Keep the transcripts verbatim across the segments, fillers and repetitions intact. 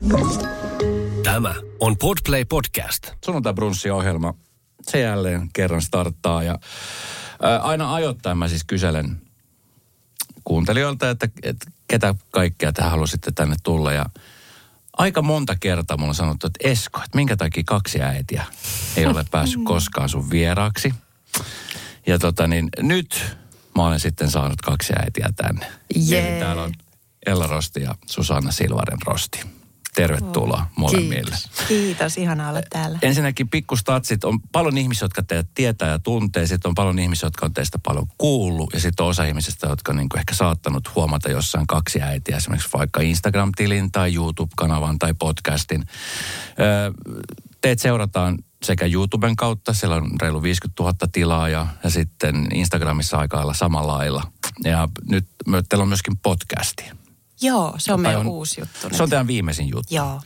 Tämä on Podplay Podcast. Sunnuntai-brunssi-ohjelma, se jälleen kerran starttaa ja ää, aina ajoittain mä siis kyselen kuuntelijoilta, että, että ketä kaikkea te haluaisitte tänne tulla. Ja aika monta kertaa mulla on sanottu, että Esko, että minkä takia kaksi äitiä ei ole päässyt koskaan sun vieraaksi. Ja tota niin, nyt mä olen sitten saanut kaksi äitiä tänne. Jee. Eli täällä on Ella Rosti ja Susanna Silvaren Rosti. Tervetuloa oh, molemmille. Kiitos. Kiitos, ihanaa olla täällä. Ensinnäkin pikkustatsit. On paljon ihmisiä, jotka teitä tietää ja tuntee. Sitten on paljon ihmisiä, jotka on teistä paljon kuullut. Ja sitten on osa ihmisistä, jotka on niin kuin ehkä saattanut huomata jossain kaksi äitiä. Esimerkiksi vaikka Instagram-tilin tai YouTube-kanavan tai podcastin. Öö, teet seurataan sekä YouTuben kautta. Siellä on reilu viisikymmentätuhatta tilaa ja, ja sitten Instagramissa aika lailla samalla lailla. Ja nyt teillä on myöskin podcasti. Joo, se on meidän on, uusi juttu. Se on teidän viimeisin juttu. Joo.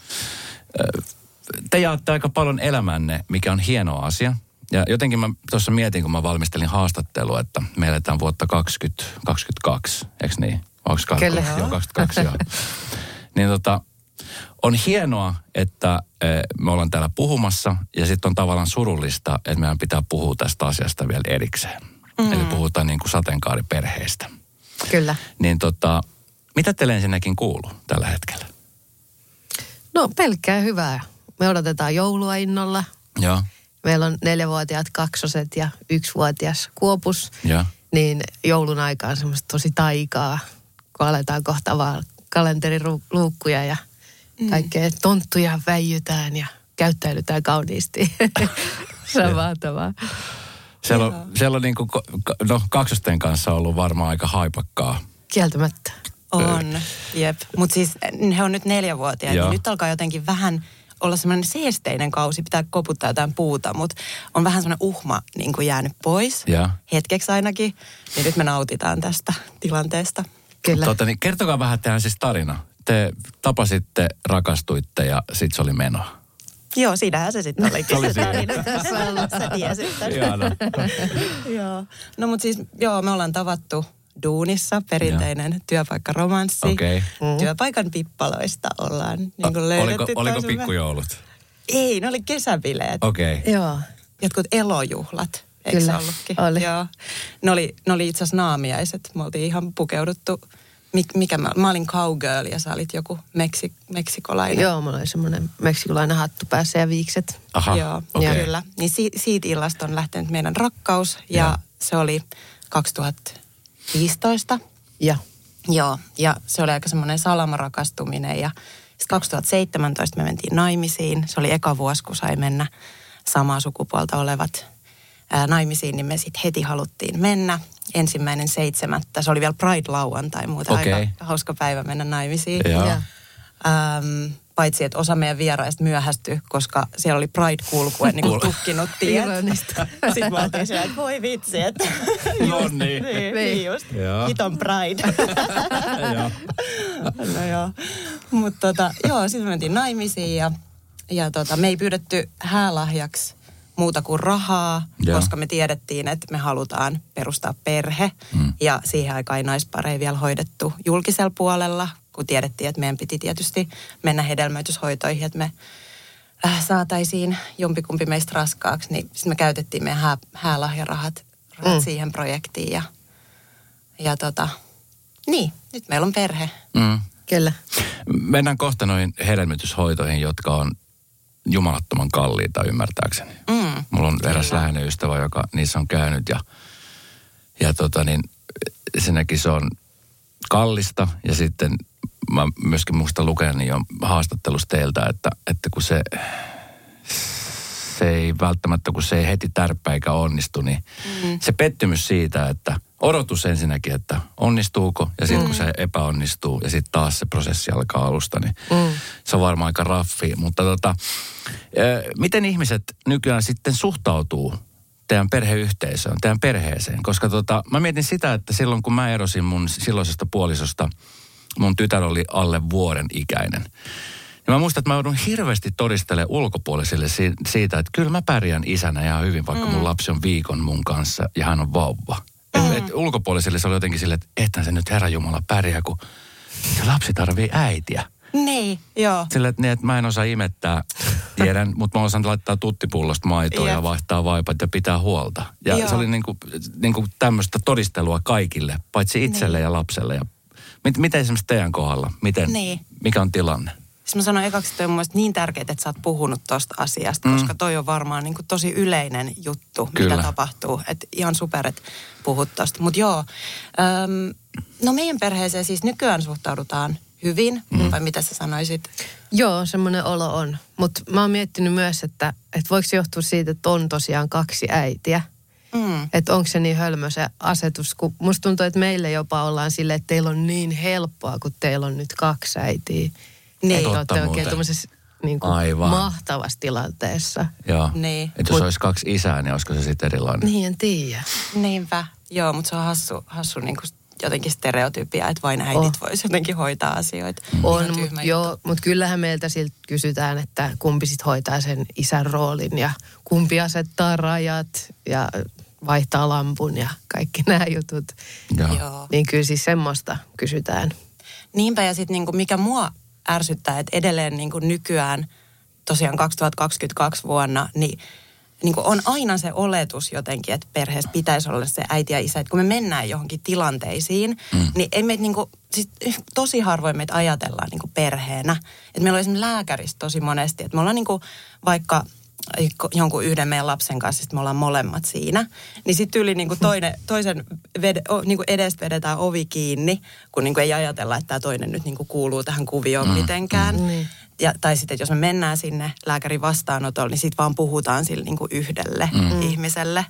Te jaatte aika paljon elämänne, mikä on hieno asia. Ja jotenkin mä tuossa mietin, kun mä valmistelin haastattelua, että me eletään vuotta kaksituhattakaksikymmentäkaksi, eikö niin? Onko Kyllä. Joo, kaksikymmentäkaksi, joo. Niin tota, on hienoa, että me ollaan täällä puhumassa ja sitten on tavallaan surullista, että meidän pitää puhua tästä asiasta vielä erikseen. Mm. Eli puhutaan niin kuin sateenkaariperheistä. Kyllä. Niin tota, mitä teille ensinnäkin kuuluu tällä hetkellä? No pelkkää hyvää. Me odotetaan joulua innolla. Joo. Meillä on neljävuotiaat kaksoset ja yksivuotias Kuopus. Joo. Niin joulun aikaan semmoista tosi taikaa, kun aletaan kohta vaan kalenteriluukkuja ja kaikkea tonttuja väijytään ja käyttäydytään kauniisti. Se on mahtavaa. Siellä on, siellä on niin kuin, no kaksosten kanssa ollut varmaan aika haipakkaa. Kieltämättä. On, jep. Mutta siis he on nyt neljävuotiaat, niin nyt alkaa jotenkin vähän olla semmoinen seesteinen kausi, pitää koputtaa jotain puuta, mutta on vähän semmoinen uhma niin kuin jäänyt pois, ja. hetkeksi ainakin, niin nyt me nautitaan tästä tilanteesta. Kyllä. Tota, niin kertokaa vähän tehdään siis tarina. Te tapasitte, rakastuitte ja sit se oli menoa. Joo, siinähän se sitten olikin. Se oli se tarina tässä ollut, sä tiesit sen. Joo. No mutta siis, joo, me ollaan tavattu duunissa, perinteinen ja. työpaikkaromanssi. Okay. Mm. Työpaikan pippaloista ollaan niin kuin A, löydetty. Oliko, oliko pikkujoulut? Ei, ne oli kesäbileet. Okei. Okay. Joo. Jotkut elojuhlat, eikö Kyllä, se ollutkin? oli. Joo. Ne oli, ne oli itse asiassa naamiaiset. Me oltiin ihan pukeuduttu. Mik, mikä mä, mä olin cowgirl ja sä olit joku meksik, meksikolainen. Joo, mulla oli semmoinen meksikolainen hattu päässä ja viikset. Aha, Joo, okay. kyllä. Niin si, siitä illasta on lähtenyt meidän rakkaus ja, ja. se oli kaksituhattaviisitoista. Ja. Joo, ja se oli aika semmoinen salamarakastuminen ja sitten kaksituhattaseitsemäntoista me mentiin naimisiin. Se oli eka vuosi, kun sai mennä samaa sukupuolta olevat ää, naimisiin, niin me sitten heti haluttiin mennä. Ensimmäinen seitsemättä, se oli vielä Pride-lauantai, muuten okay. aika hauska päivä mennä naimisiin. Ja. Ähm, paitsi, että osa meidän vieraista myöhästyi, koska siellä oli Pride-kulkue niin kuin tukkinut tiet. Sitten mä oltiin siellä, että voi vitsi, että no niin. niin, niin just, hiton Pride. no joo, mutta tota, joo, sitten me mentiin naimisiin ja, ja tota, me ei pyydetty häälahjaksi muuta kuin rahaa, ja. koska me tiedettiin, että me halutaan perustaa perhe. Mm. Ja siihen aikaan ei naispareja vielä hoidettu julkisella puolella, kun tiedettiin, että meidän piti tietysti mennä hedelmöityshoitoihin, että me äh, saataisiin jompikumpi meistä raskaaksi. Niin sitten me käytettiin meidän hää, häälahjarahat mm. siihen projektiin. Ja, ja tota, niin, nyt meillä on perhe. Mm. Kyllä. Mennään kohta noihin hedelmöityshoitoihin, jotka on jumalattoman kalliita ymmärtääkseni. Mm, Mulla on eräs läheinen ystävä, joka niissä on käynyt ja, ja tota niin, senäkin se on kallista ja sitten mä myöskin muistan lukeeni jo haastattelusta teiltä, että, että kun se, se ei välttämättä, kun se ei heti tärppä eikä onnistu, niin mm. se pettymys siitä, että odotus ensinnäkin, että onnistuuko ja sitten mm. kun se epäonnistuu ja sitten taas se prosessi alkaa alusta, niin mm. se on varmaan aika raffi. Mutta tota, miten ihmiset nykyään sitten suhtautuu teidän perheyhteisöön, teidän perheeseen? Koska tota, mä mietin sitä, että silloin kun mä erosin mun silloisesta puolisosta, mun tytär oli alle vuoden ikäinen. Ja mä muistan, että mä joudun hirveästi todistelemaan ulkopuolisille siitä, että kyllä mä pärjään isänä ihan hyvin, vaikka mm. mun lapsi on viikon mun kanssa ja hän on vauva. Mm. Et, et ulkopuoliselle se oli jotenkin silleen, että ethän se nyt Herra Jumala pärjää, kun se lapsi tarvii äitiä. Niin, joo. Sillä, että, niin, että mä en osaa imettää, tiedän, mutta mä osaan laittaa tuttipullosta maitoa Jep. ja vaihtaa vaipat ja pitää huolta. Ja Joo. se oli niin kuin, niin kuin tämmöistä todistelua kaikille, paitsi itselle niin. ja lapselle. Ja mit, miten esimerkiksi teidän kohdalla? Miten, niin. Mikä on tilanne? Siis mä sanoin ekaksi, että toi on mun mielestä niin tärkeää, että sä oot puhunut tosta asiasta, mm. koska toi on varmaan niin kuin tosi yleinen juttu, Kyllä. mitä tapahtuu. Että ihan super, että puhut tosta. Mutta joo, öm, no meidän perheeseen siis nykyään suhtaudutaan hyvin, mm. vai mitä sä sanoisit? Joo, semmoinen olo on. Mutta mä oon miettinyt myös, että, että voiko se johtua siitä, että on tosiaan kaksi äitiä. Mm. Että onko se niin hölmö se asetus, kun musta tuntuu, että meille jopa ollaan silleen, että teillä on niin helppoa, kun teillä on nyt kaksi äitiä. Niin. Että Totta olette oikein muuten. tuollaisessa niin kuin mahtavassa tilanteessa. Joo. Niin. Että jos Mut- olisi kaksi isää, niin olisiko se sitten erilainen? Niin, en tiedä. Niinpä. Joo, mutta se on hassu, hassu niin kuin jotenkin stereotypia, että vain äidit Oh. vois jotenkin hoitaa asioita. On, Ihan tyhmä mutta juttu. joo, mut kyllähän meiltä siltä kysytään, että kumpi sit hoitaa sen isän roolin ja kumpi asettaa rajat ja vaihtaa lampun ja kaikki nämä jutut. Joo. Joo. Niin kyllä siis semmoista kysytään. Niinpä ja sitten niinku, mikä mua ärsyttää, että edelleen niinku nykyään, tosiaan kaksituhattakaksikymmentäkaksi vuonna, niin niinku on aina se oletus jotenkin, että perheessä pitäisi olla se äiti ja isä. Että kun me mennään johonkin tilanteisiin, mm. niin ei meitä niinku, siis tosi harvoin meitä ajatellaan niinku perheenä. Että meillä on esimerkiksi lääkäristä tosi monesti, että me ollaan niinku vaikka jonkun yhden meidän lapsen kanssa, sitten me ollaan molemmat siinä. Niin sitten yli niinku toinen, toisen vede, o, niinku edestä vedetään ovi kiinni, kun niinku ei ajatella, että tämä toinen nyt niinku kuuluu tähän kuvioon mm. mitenkään. Mm. Ja, tai sitten, että jos me mennään sinne lääkärin vastaanotolle, niin sitten vaan puhutaan sille niinku yhdelle mm. ihmiselle.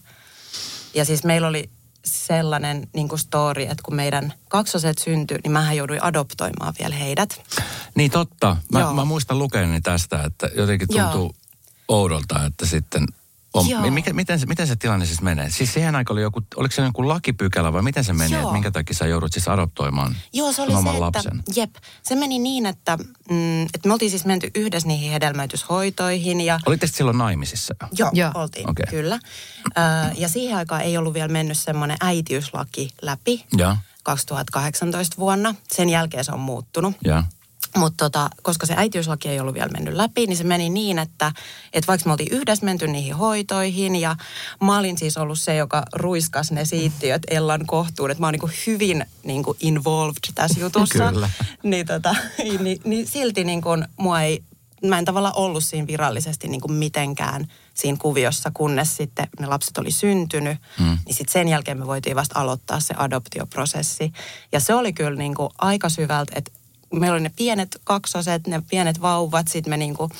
Ja siis meillä oli sellainen niinku story, että kun meidän kaksoset syntyi, niin mähän jouduin adoptoimaan vielä heidät. Niin totta. Mä, Joo. mä muistan lukeeni tästä, että jotenkin tuntuu Joo. oudolta, että sitten on, Joo. mikä, miten, se, miten se tilanne siis menee? Siis siihen aikaan oli joku, oliko se joku lakipykälä vai miten se meni, Joo. että minkä takia sä joudut siis adoptoimaan Joo, se oli oman se, lapsen? että, jep, se meni niin, että, mm, että me oltiin siis menty yhdessä niihin hedelmöityshoitoihin ja Olitte sitten silloin naimisissa jo? joo, Joo. oltiin, Okei. kyllä. Ö, ja siihen aikaan ei ollut vielä mennyt semmoinen äitiyslaki läpi Joo, kaksituhattakahdeksantoista vuonna. Sen jälkeen se on muuttunut. joo. Mutta tota, koska se äitiyslaki ei ollut vielä mennyt läpi, niin se meni niin, että, että vaikka me oltiin yhdessä menty niihin hoitoihin ja mä olin siis ollut se, joka ruiskas ne siittiöt Ellan kohtuun, että mä oon niinku hyvin niinku involved tässä jutussa. Kyllä. Niin, tota, niin, niin silti niinku mua ei, mä en tavallaan ollut siinä virallisesti niinku mitenkään siinä kuviossa, kunnes sitten ne lapset oli syntynyt. Mm. Niin sitten sen jälkeen me voitiin vasta aloittaa se adoptioprosessi. Ja se oli kyllä niinku aika syvältä, että meillä oli ne pienet kaksoset, ne pienet vauvat, sitten me niinku,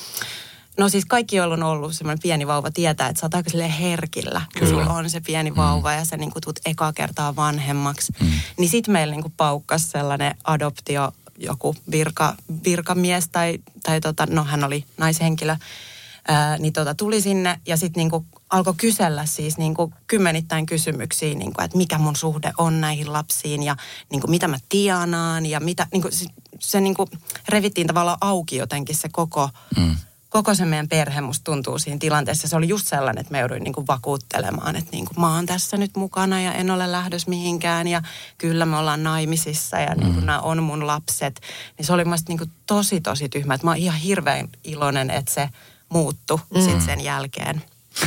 no siis kaikki, joilla on ollut semmoinen pieni vauva, tietää, että sä oot aika silleen herkillä, kun Kyllä. sulla on se pieni vauva mm. ja sä niinku tuut ekaa kertaa vanhemmaksi. Mm. Niin sitten meillä niinku paukkas sellainen adoptio, joku virka, virkamies tai, tai tota, no hän oli naishenkilö, ää, niin tota, tuli sinne ja sitten niinku alkoi kysellä siis niinku kymmenittäin kysymyksiä, niinku, että mikä mun suhde on näihin lapsiin ja niinku, mitä mä tienaan ja mitä, niinku, se, se niinku, revittiin tavallaan auki jotenkin se koko, mm. koko se meidän perhe musta tuntuu siinä tilanteessa. Se oli just sellainen, että me jouduin niinku vakuuttelemaan, että niinku, mä oon tässä nyt mukana ja en ole lähdössä mihinkään ja kyllä me ollaan naimisissa ja mm. niinku, nämä on mun lapset. Niin se oli musta niinku, tosi tosi tyhmä, että mä oon ihan hirveän iloinen, että se muuttui mm. sitten sen jälkeen.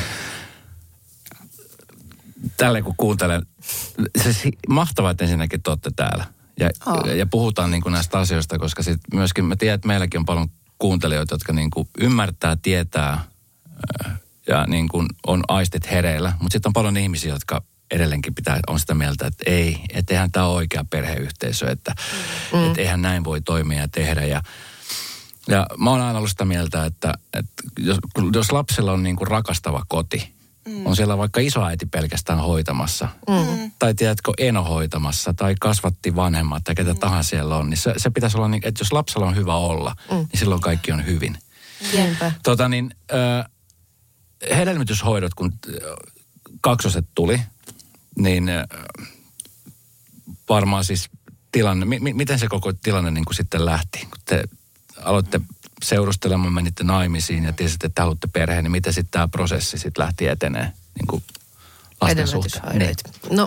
Tälle kun kuuntelen, se mahtavaa, että ensinnäkin te olette täällä. Ja, Oh. ja puhutaan niin kuin näistä asioista, koska sit myöskin mä tiedän, että meilläkin on paljon kuuntelijoita, jotka niin kuin ymmärtää, tietää ja niin kuin on aistit hereillä. Mutta sitten on paljon ihmisiä, jotka edelleenkin pitää, on sitä mieltä, että ei, että eihän tämä ole oikea perheyhteisö, että mm. et eihän näin voi toimia ja tehdä. Ja, ja mä oon aina ollut sitä mieltä, että, että jos, jos lapsella on niin kuin rakastava koti, Mm. on siellä vaikka isoäiti pelkästään hoitamassa. Mm. Tai tiedätkö, eno hoitamassa. Tai kasvatti vanhemmat tai ketä mm. tahansa siellä on. Niin se, se pitäisi olla niin, että jos lapsella on hyvä olla, mm. niin silloin kaikki on hyvin. Jempä. Tota niin, äh, hedelmöityshoidot, kun kaksoset tuli, niin äh, varmaan siis tilanne, mi, mi, miten se koko tilanne niin kuin sitten lähti? Kun te aloitte seurustelemaan, menitte naimisiin ja tiesitte, että haluatte perheen, niin miten sitten tämä prosessi sitten lähti etenee niin kuin lasten suhteen? Niin. No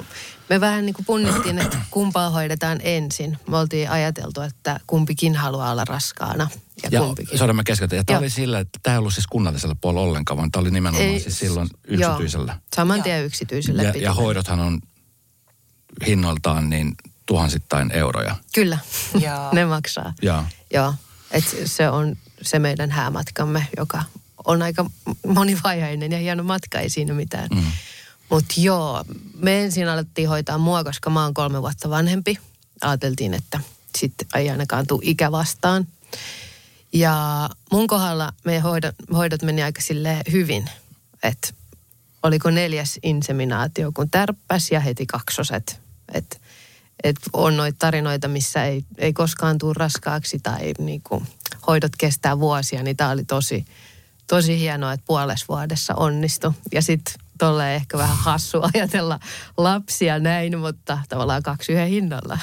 me vähän niin kuin punnittiin, että kumpaa hoidetaan ensin. Me oltiin ajateltu, että kumpikin haluaa olla raskaana. Ja, ja kumpikin. Sorry, mä keskeytän. Ja tämä oli sillä, että tämä ei ollut siis kunnallisella puolella ollenkaan, vaan tämä oli nimenomaan ei, siis silloin yksityisellä. Joo, saman tien yksityisellä. Ja, ja hoidothan on hinnoiltaan niin tuhansittain euroja. Kyllä, ne maksaa. Joo. Joo, että se on se meidän häämatkamme, joka on aika monivaiheinen ja hieno matka, ei siinä mitään. Mm. Mutta joo, me ensin alettiin hoitaa mua, koska mä oon kolme vuotta vanhempi. Ajateltiin, että sitten ei ainakaan tule ikä vastaan. Ja mun kohdalla meidän hoidot, hoidot meni aika silleen hyvin. Että oliko neljäs inseminaatio, kun tärppäs ja heti kaksoset. Että et on noita tarinoita, missä ei, ei koskaan tule raskaaksi tai niinku, hoidot kestää vuosia. Niin tää oli tosi, tosi hienoa, että puolessa vuodessa onnistui. Ja sitten tolleen ehkä vähän hassu ajatella lapsia näin, mutta tavallaan kaksi yhden hinnalla.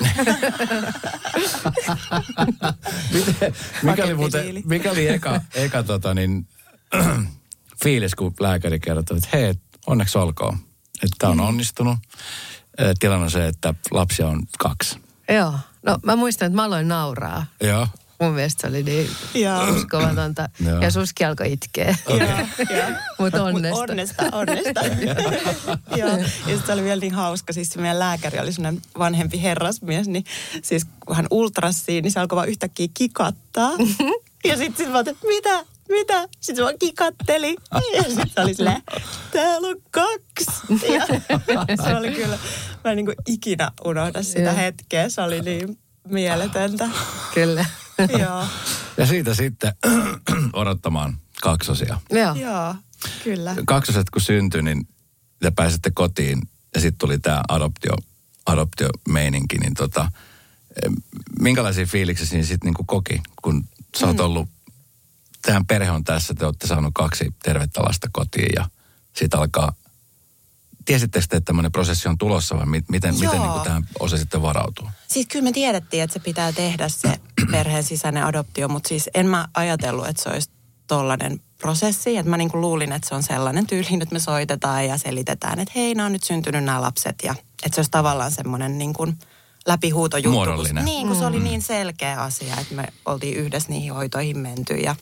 Miten, mikä oli muuten, mikä oli eka, eka tota niin, fiilis, kun lääkäri kertoi, että hei, onneksi olkoon, että tämä on onnistunut. Tilanne on se, että lapsia on kaksi. Joo, no mä muistan, että mä aloin nauraa. Joo. Mun mielestä se oli niin uskomatonta. Ja Suski alkoi itkeä. Okay. Mutta onnesta. Onnesta, onnesta. Joo. Ja sitten se oli vielä niin hauska. Siis se meidän lääkäri oli sellainen vanhempi herrasmies. Niin siis kun hän ultrassiin, niin se alkoi vaan yhtäkkiä kikattaa. Ja sitten sit mä otin, mitä? Mitä? Sitten se vaan kikatteli. Ja sitten se oli silleen, täällä on kaksi. Ja se oli kyllä, mä en niin kuin ikinä unohda sitä ja. hetkeä. Se oli niin mieletöntä. Kyllä. Joo. Ja siitä sitten odottamaan kaksosia. Joo. Joo, kyllä. Kaksoset kun syntyi, niin te pääsitte kotiin ja sitten tuli tämä adoptio, adoptiomeininki, niin tota, minkälaisia fiiliksiä siinä sitten niinku koki, kun sä oot ollut, tähän perhe on tässä, te olette saanut kaksi tervettä lasta kotiin ja sitten alkaa, tiesittekö te, että tämmöinen prosessi on tulossa vai miten, miten niin kuin tähän osasitte varautua? Siis kyllä me tiedettiin, että se pitää tehdä se perheen sisäinen adoptio, mutta siis en mä ajatellut, että se olisi tollainen prosessi. Että mä niin kuin luulin, että se on sellainen tyyliin, että me soitetaan ja selitetään, että hei, nämä on nyt syntynyt nämä lapset. Ja että se olisi tavallaan semmoinen niin kuin läpihuutojuttu. Muodollinen. Niin, kun se oli niin selkeä asia, että me oltiin yhdessä niihin hoitoihin menty ja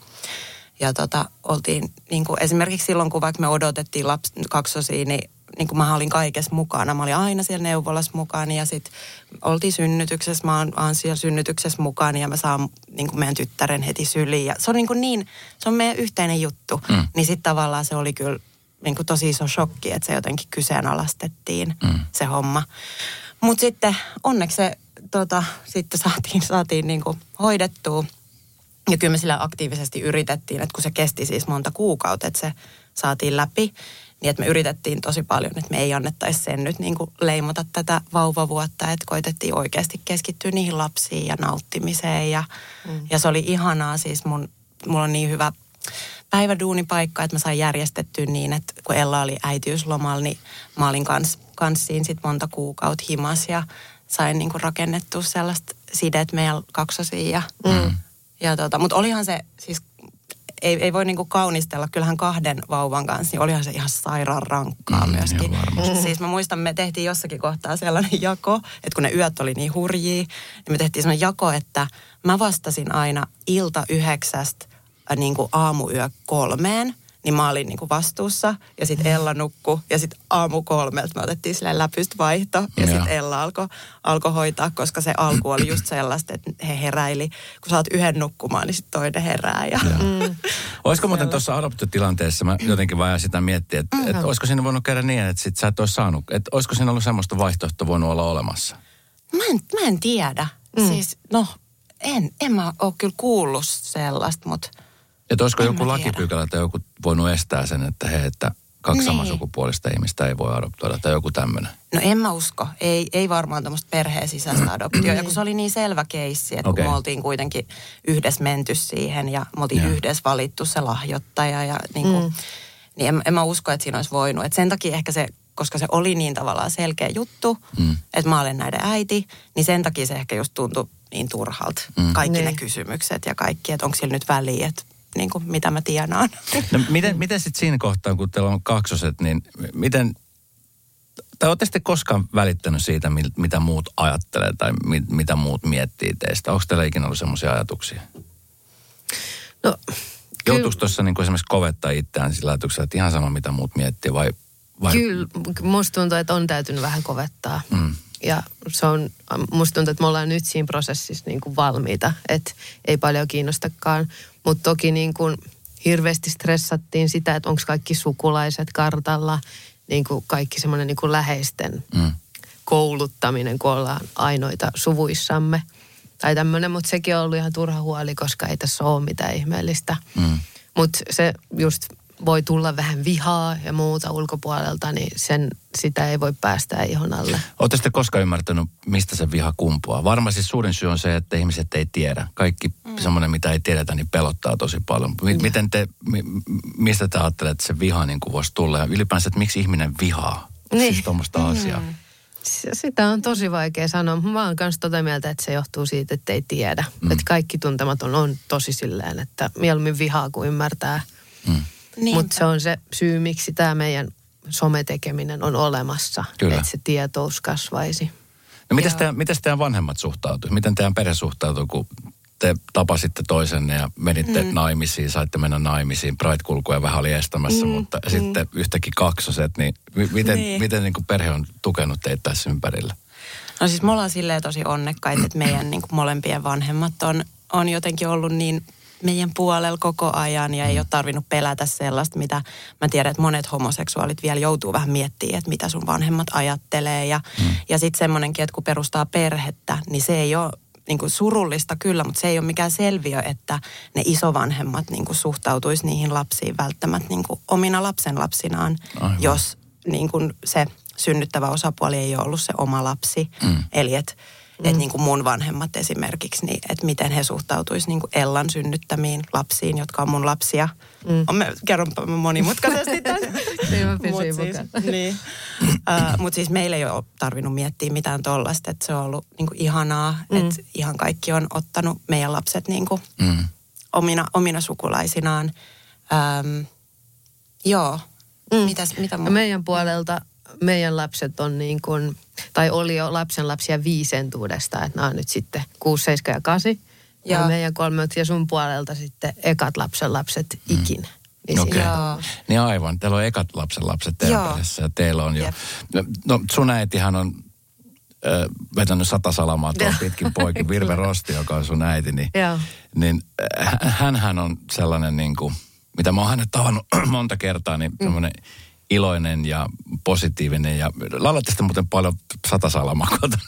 Ja tota, oltiin niin kuin esimerkiksi silloin, kun vaikka me odotettiin laps, kaksosia, niin, niin kuin mä olin kaikessa mukana. Mä olin aina siellä neuvolassa mukana ja sitten oltiin synnytyksessä. Mä oon siellä synnytyksessä mukana ja mä saan niin kuin meidän tyttären heti syliin. Ja se on niin, kuin niin, se on meidän yhteinen juttu. Mm. Niin sitten tavallaan se oli kyllä niin kuin tosi iso shokki, että se jotenkin kyseenalaistettiin mm. se homma. Mutta sitten onneksi se tota, sitten saatiin, saatiin niin kuin hoidettua. Ja kyllä me sillä aktiivisesti yritettiin, että kun se kesti siis monta kuukautta, että se saatiin läpi, niin että me yritettiin tosi paljon, että me ei annettaisi sen nyt niin kuin leimata tätä vauvavuotta, että koitettiin oikeasti keskittyä niihin lapsiin ja nauttimiseen. Ja, mm. ja se oli ihanaa, siis mun, mulla on niin hyvä päiväduunipaikka, että mä sain järjestettyä niin, että kun Ella oli äitiyslomalla, niin mä olin kans, kans siinä sit monta kuukautta himas ja sain niin kuin rakennettua sellaista sidet meidän kaksosiin ja... Mm. Ja tota, mutta olihan se, siis ei, ei voi niinku kaunistella, kyllähän kahden vauvan kanssa, niin olihan se ihan sairaan rankkaa mm, myöskin. Siis mä muistan, me tehtiin jossakin kohtaa sellainen jako, että kun ne yöt oli niin hurjia, niin me tehtiin sellainen jako, että mä vastasin aina ilta yhdeksästä äh, niin kuin aamuyö kolmeen, niin mä olin niin kuin vastuussa ja sitten Ella nukkui ja sitten aamu kolmelta me otettiin silleen läpystä vaihto ja sitten Ella alkoi alko hoitaa, koska se alku oli just sellaista, että he heräili. Kun sä oot yhden nukkumaan, niin sitten toinen herää. Ja mm. Olisiko muuten tuossa adoptiotilanteessa, mä jotenkin vaan sitä miettiä, että mm-hmm. et olisiko siinä voinut käydä niin, että sit sä et olisi saanut, että olisiko siinä ollut semmoista vaihtoehtoa voinut olla olemassa? Mä en, mä en tiedä. Mm. Siis no, en, en mä ole kyllä kuullut sellaista, mutta... Että olisiko en joku lakipykälä tai joku voinut estää sen, että hei, että kaksi niin. samansukupuolista ihmistä ei voi adoptoida tai joku tämmöinen? No en mä usko. Ei, ei varmaan tämmöistä perheen sisäistä adoptioa. Ja kun se oli niin selvä keissi, että okay. kun me oltiin kuitenkin yhdessä menty siihen ja me oltiin ja. yhdessä valittu se lahjoittaja ja niin kuin, mm. niin en, en mä usko, että siinä olisi voinut. Et sen takia ehkä se, koska se oli niin tavallaan selkeä juttu, mm. että mä olen näiden äiti, niin sen takia se ehkä just tuntui niin turhalta. Mm. Kaikki niin. ne kysymykset ja kaikki, että onko sillä nyt väliä, että niin kuin, mitä mä tienaan. No, miten miten sitten siinä kohtaa, kun teillä on kaksoset, niin miten Tai ootte sitten koskaan välittänyt siitä, mitä muut ajattelee tai mit, mitä muut miettii teistä? Onko teillä ikinä ollut semmoisia ajatuksia? No, joutuuko tuossa niin esimerkiksi kovettaa itseään sillä ajatuksella, että ihan sama mitä muut miettii vai... vai... Kyllä, musta tuntuu, että on täytynyt vähän kovettaa. Mm. Ja se on, musta tuntuu, että me ollaan nyt siinä prosessissa niin kuin valmiita, että ei paljon kiinnostakaan. Mutta toki niin kuin hirveästi stressattiin sitä, että onko kaikki sukulaiset kartalla, niin kuin kaikki semmoinen niin kuin läheisten mm. kouluttaminen, kun ollaan ainoita suvuissamme. Tai tämmöinen, mutta sekin on ollut ihan turha huoli, koska ei tässä ole mitään ihmeellistä. Mm. Mutta se just voi tulla vähän vihaa ja muuta ulkopuolelta, niin sen, sitä ei voi päästää ihon alle. Oletteko sitten koskaan ymmärtänyt, mistä se viha kumpuaa? Varmaan siis suurin syy on se, että ihmiset ei tiedä. Kaikki mm. semmoinen, mitä ei tiedetä, niin pelottaa tosi paljon. Miten te, mistä te ajattelette, että se viha niin kuin voisi tulla? Ja ylipäänsä, että miksi ihminen vihaa? Niin. Siis tuommoista mm. asiaa. Sitä on tosi vaikea sanoa. Mä oon kanssa tota mieltä, että se johtuu siitä, että ei tiedä. Mm. Että kaikki tuntematon on tosi silleen, että mieluummin vihaa kuin ymmärtää. Mm. Mutta se on se syy, miksi tämä meidän sometekeminen on olemassa. Kyllä. Että se tietous kasvaisi. No mitäs teidän, mitäs teidän vanhemmat suhtautuivat? Miten teidän perhe suhtautui, kun te tapasitte toisenne ja menitte mm. naimisiin, saitte mennä naimisiin. Pride-kulkuja vähän oli estämässä, mm. mutta mm. sitten yhtäkkiä kaksoset. Niin miten, niin. miten niin kuin perhe on tukenut teitä tässä ympärillä? No siis me ollaan silleen tosi onnekkaita, että meidän niin kuin molempien vanhemmat on, on jotenkin ollut niin meidän puolella koko ajan ja ei ole tarvinnut pelätä sellaista, mitä mä tiedän, että monet homoseksuaalit vielä joutuu vähän miettimään, että mitä sun vanhemmat ajattelee. Ja, mm. ja sitten semmoinenkin, että kun perustaa perhettä, niin se ei ole niin kuin surullista kyllä, mutta se ei ole mikään selviö, että ne isovanhemmat niin kuin suhtautuisi niihin lapsiin välttämättä niin kuin omina lapsenlapsinaan, Aivan. jos niin kuin se synnyttävä osapuoli ei ole ollut se oma lapsi. Mm. Eli että Mm. Että niin kuin mun vanhemmat esimerkiksi, niin että miten he suhtautuisi niin kuin Ellan synnyttämiin lapsiin, jotka on mun lapsia. Mm. Mä kerronpa monimutkaisesti tämän. Mutta siis, niin. uh, mut siis meillä ei ole tarvinnut miettiä mitään tollaista, että se on ollut niin kuin ihanaa, mm. että ihan kaikki on ottanut meidän lapset niin kuin mm. omina, omina sukulaisinaan. Um, joo, mm. Mitäs, mitä mun... Meidän puolelta meidän lapset on niin kuin, tai oli jo lapsenlapsia viisentuudesta, että nämä on nyt sitten kuusi, seitsemän ja kahdeksan. Ja meidän kolmelta ja sun puolelta sitten ekat lapsenlapset mm. ikinä. Niin, okay. Niin aivan, teillä on ekat lapsenlapset teidän perheessä ja teillä on jo. Jep. No sun äitihän on äh, vetänyt sata salamaa tuon pitkin poikin. Virve Rosti, joka on sun äiti, niin, niin äh, hänhän on sellainen niin kuin, mitä mä oon hänet tavannut monta kertaa, niin mm. semmoinen iloinen ja positiivinen ja laulatte sitten muuten paljon satasalamaa kotona.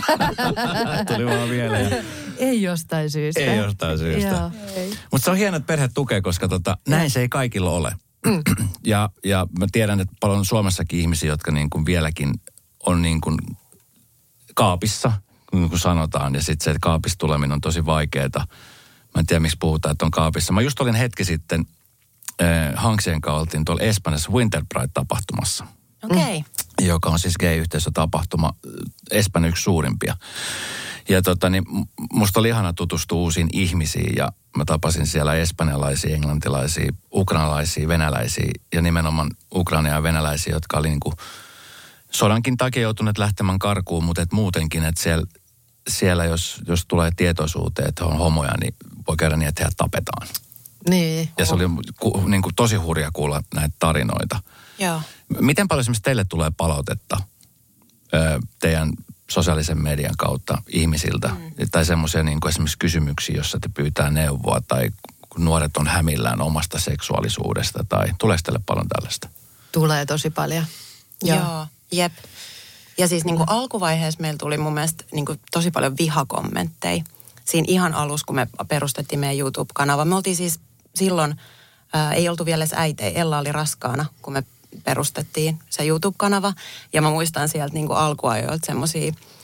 Tuli vaan vielä. Ja... Ei jostain syystä. Ei jostain syystä. Mutta se on hieno, että perhe tukee, koska tota, näin se ei kaikilla ole. Mm. ja, ja mä tiedän, että paljon Suomessakin ihmisiä, jotka niin kuin vieläkin on niin kuin kaapissa, niin kuin sanotaan. Ja sitten se, että kaapissa tuleminen on tosi vaikeaa. Mä en tiedä, miksi puhutaan, että on kaapissa. Mä just olin hetki sitten Hanksien kanssa oltiin tuolla Espanjassa Winter Pride-tapahtumassa. Okei. Okay. Joka on siis gay-yhteisötapahtuma, Espanjan yksi suurimpia. Ja tota niin, musta oli ihana tutustua uusiin ihmisiin ja mä tapasin siellä espanjalaisia, englantilaisia, ukrainalaisia, venäläisiä ja nimenomaan ukrainia ja venäläisiä, jotka oli niin kuin sodankin takia joutuneet lähtemään karkuun, mutta et muutenkin, että siellä, siellä jos, jos tulee tietoisuuteen, että on homoja, niin voi käydä niin, että heidät tapetaan. Niin. Ja se oli ku, niin kuin tosi hurja kuulla näitä tarinoita. Joo. Miten paljon esimerkiksi teille tulee palautetta ö, teidän sosiaalisen median kautta ihmisiltä? Mm. Tai semmoisia niin kuin esimerkiksi kysymyksiä, jossa te pyytää neuvoa tai kun nuoret on hämillään omasta seksuaalisuudesta tai tuleeko teille paljon tällaista? Tulee tosi paljon. Joo, Joo. jep. Ja siis niin kuin alkuvaiheessa meillä tuli mun mielestä niin kuin tosi paljon vihakommentteja. Siinä ihan alussa, kun me perustettiin meidän YouTube-kanava. Me oltiin siis silloin, ää, ei oltu vielä edes äitejä. Ella oli raskaana, kun me perustettiin se YouTube-kanava. Ja mä muistan sieltä niin kuin alkuajoilta semmoisia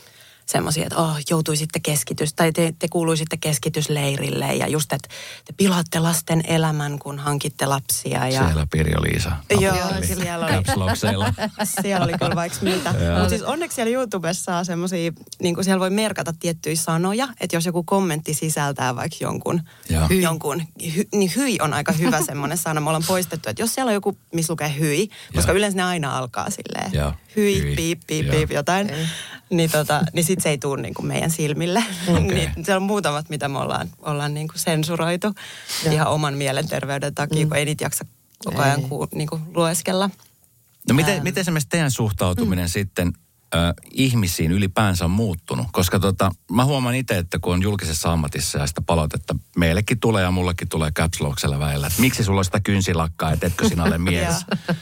semmoisia, että oh, joutuisitte keskitys, tai te, te kuuluisitte keskitysleirille ja just, että te pilaatte lasten elämän, kun hankitte lapsia. Ja... Siellä Pirjo-Liisa. Joo, siellä oli. Caps-lockseilla. Siellä oli kyllä vaikka mitä. Mutta siis onneksi siellä YouTubessa saa semmoisia, niin kuin siellä voi merkata tiettyjä sanoja, että jos joku kommentti sisältää vaikka jonkun, hyi. jonkun hy, niin hyi on aika hyvä semmoinen sana. Me ollaan poistettu, että jos siellä on joku, missä lukee hyi, koska ja. yleensä ne aina alkaa silleen ja. hyi, hyi, piip, piip, piip, jotain. Okay. Niin, tota, niin sit se ei tule niinku meidän silmille. Okay. Niin, siellä on muutamat, mitä me ollaan, ollaan niinku sensuroitu ja. ihan oman mielenterveyden takia, mm. kun ei niitä jaksa koko ajan ku, niinku lueskella. No miten, ähm. miten esimerkiksi teidän suhtautuminen mm. sitten äh, ihmisiin ylipäänsä on muuttunut? Koska tota, mä huomaan itse, että kun on julkisessa ammatissa ja sitä palautetta meillekin tulee ja mullekin tulee caps-locksella väillä, että miksi sulla on sitä kynsilakkaa, et etkö sinä ole mies? Sitten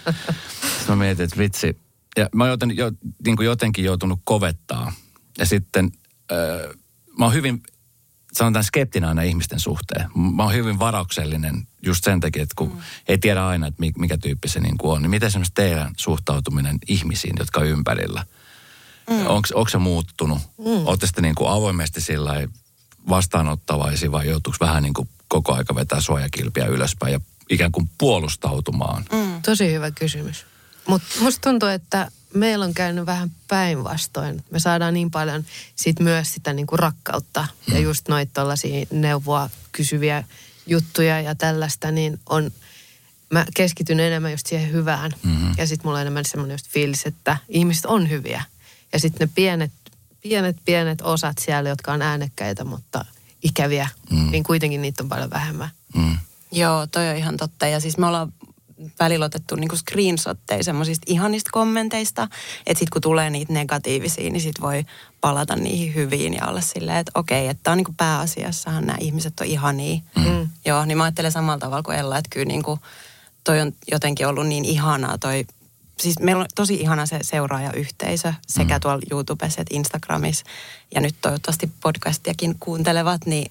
mä mietin, että vitsi. Ja mä oon jo, niin kuin jotenkin joutunut kovettaa. Ja sitten äh, mä oon hyvin, sanotaan skeptinen aina ihmisten suhteen. Mä oon hyvin varauksellinen just sen takia, että kun mm. ei tiedä aina, että mikä tyyppi se niin kuin on. Niin miten esimerkiksi teidän suhtautuminen ihmisiin, jotka on ympärillä? Mm. Onko se muuttunut? Mm. Ootte sitten niin kuin avoimesti sillä vastaanottavaisia vai joutuuko vähän niin kuin koko aika vetää suojakilpiä ylöspäin ja ikään kuin puolustautumaan? Mm. Tosi hyvä kysymys. Mutta musta tuntuu, että meillä on käynyt vähän päinvastoin. Me saadaan niin paljon sit myös sitä niinku rakkautta mm. ja just noita tollaisia neuvoa kysyviä juttuja ja tällaista, niin on, mä keskityn enemmän just siihen hyvään. Mm-hmm. Ja sitten mulla on enemmän semmoinen just fiilis, että ihmiset on hyviä. Ja sitten ne pienet, pienet, pienet osat siellä, jotka on äänekkäitä, mutta ikäviä, mm. niin kuitenkin niitä on paljon vähemmän. Mm. Joo, toi on ihan totta. Ja siis me ollaan välillä otettu niinku screenshotteja semmoisista ihanista kommenteista, että sitten kun tulee niitä negatiivisia, niin sitten voi palata niihin hyviin ja olla silleen, että okei, että on niinku pääasiassahan nämä ihmiset on ihania. Mm. Joo, niin mä ajattelen samalla tavalla kuin Ella, että kyllä niinku toi on jotenkin ollut niin ihanaa toi, siis meillä on tosi ihana se seuraajayhteisö sekä mm. tuolla YouTubessa että Instagramissa ja nyt toivottavasti podcastiakin kuuntelevat, niin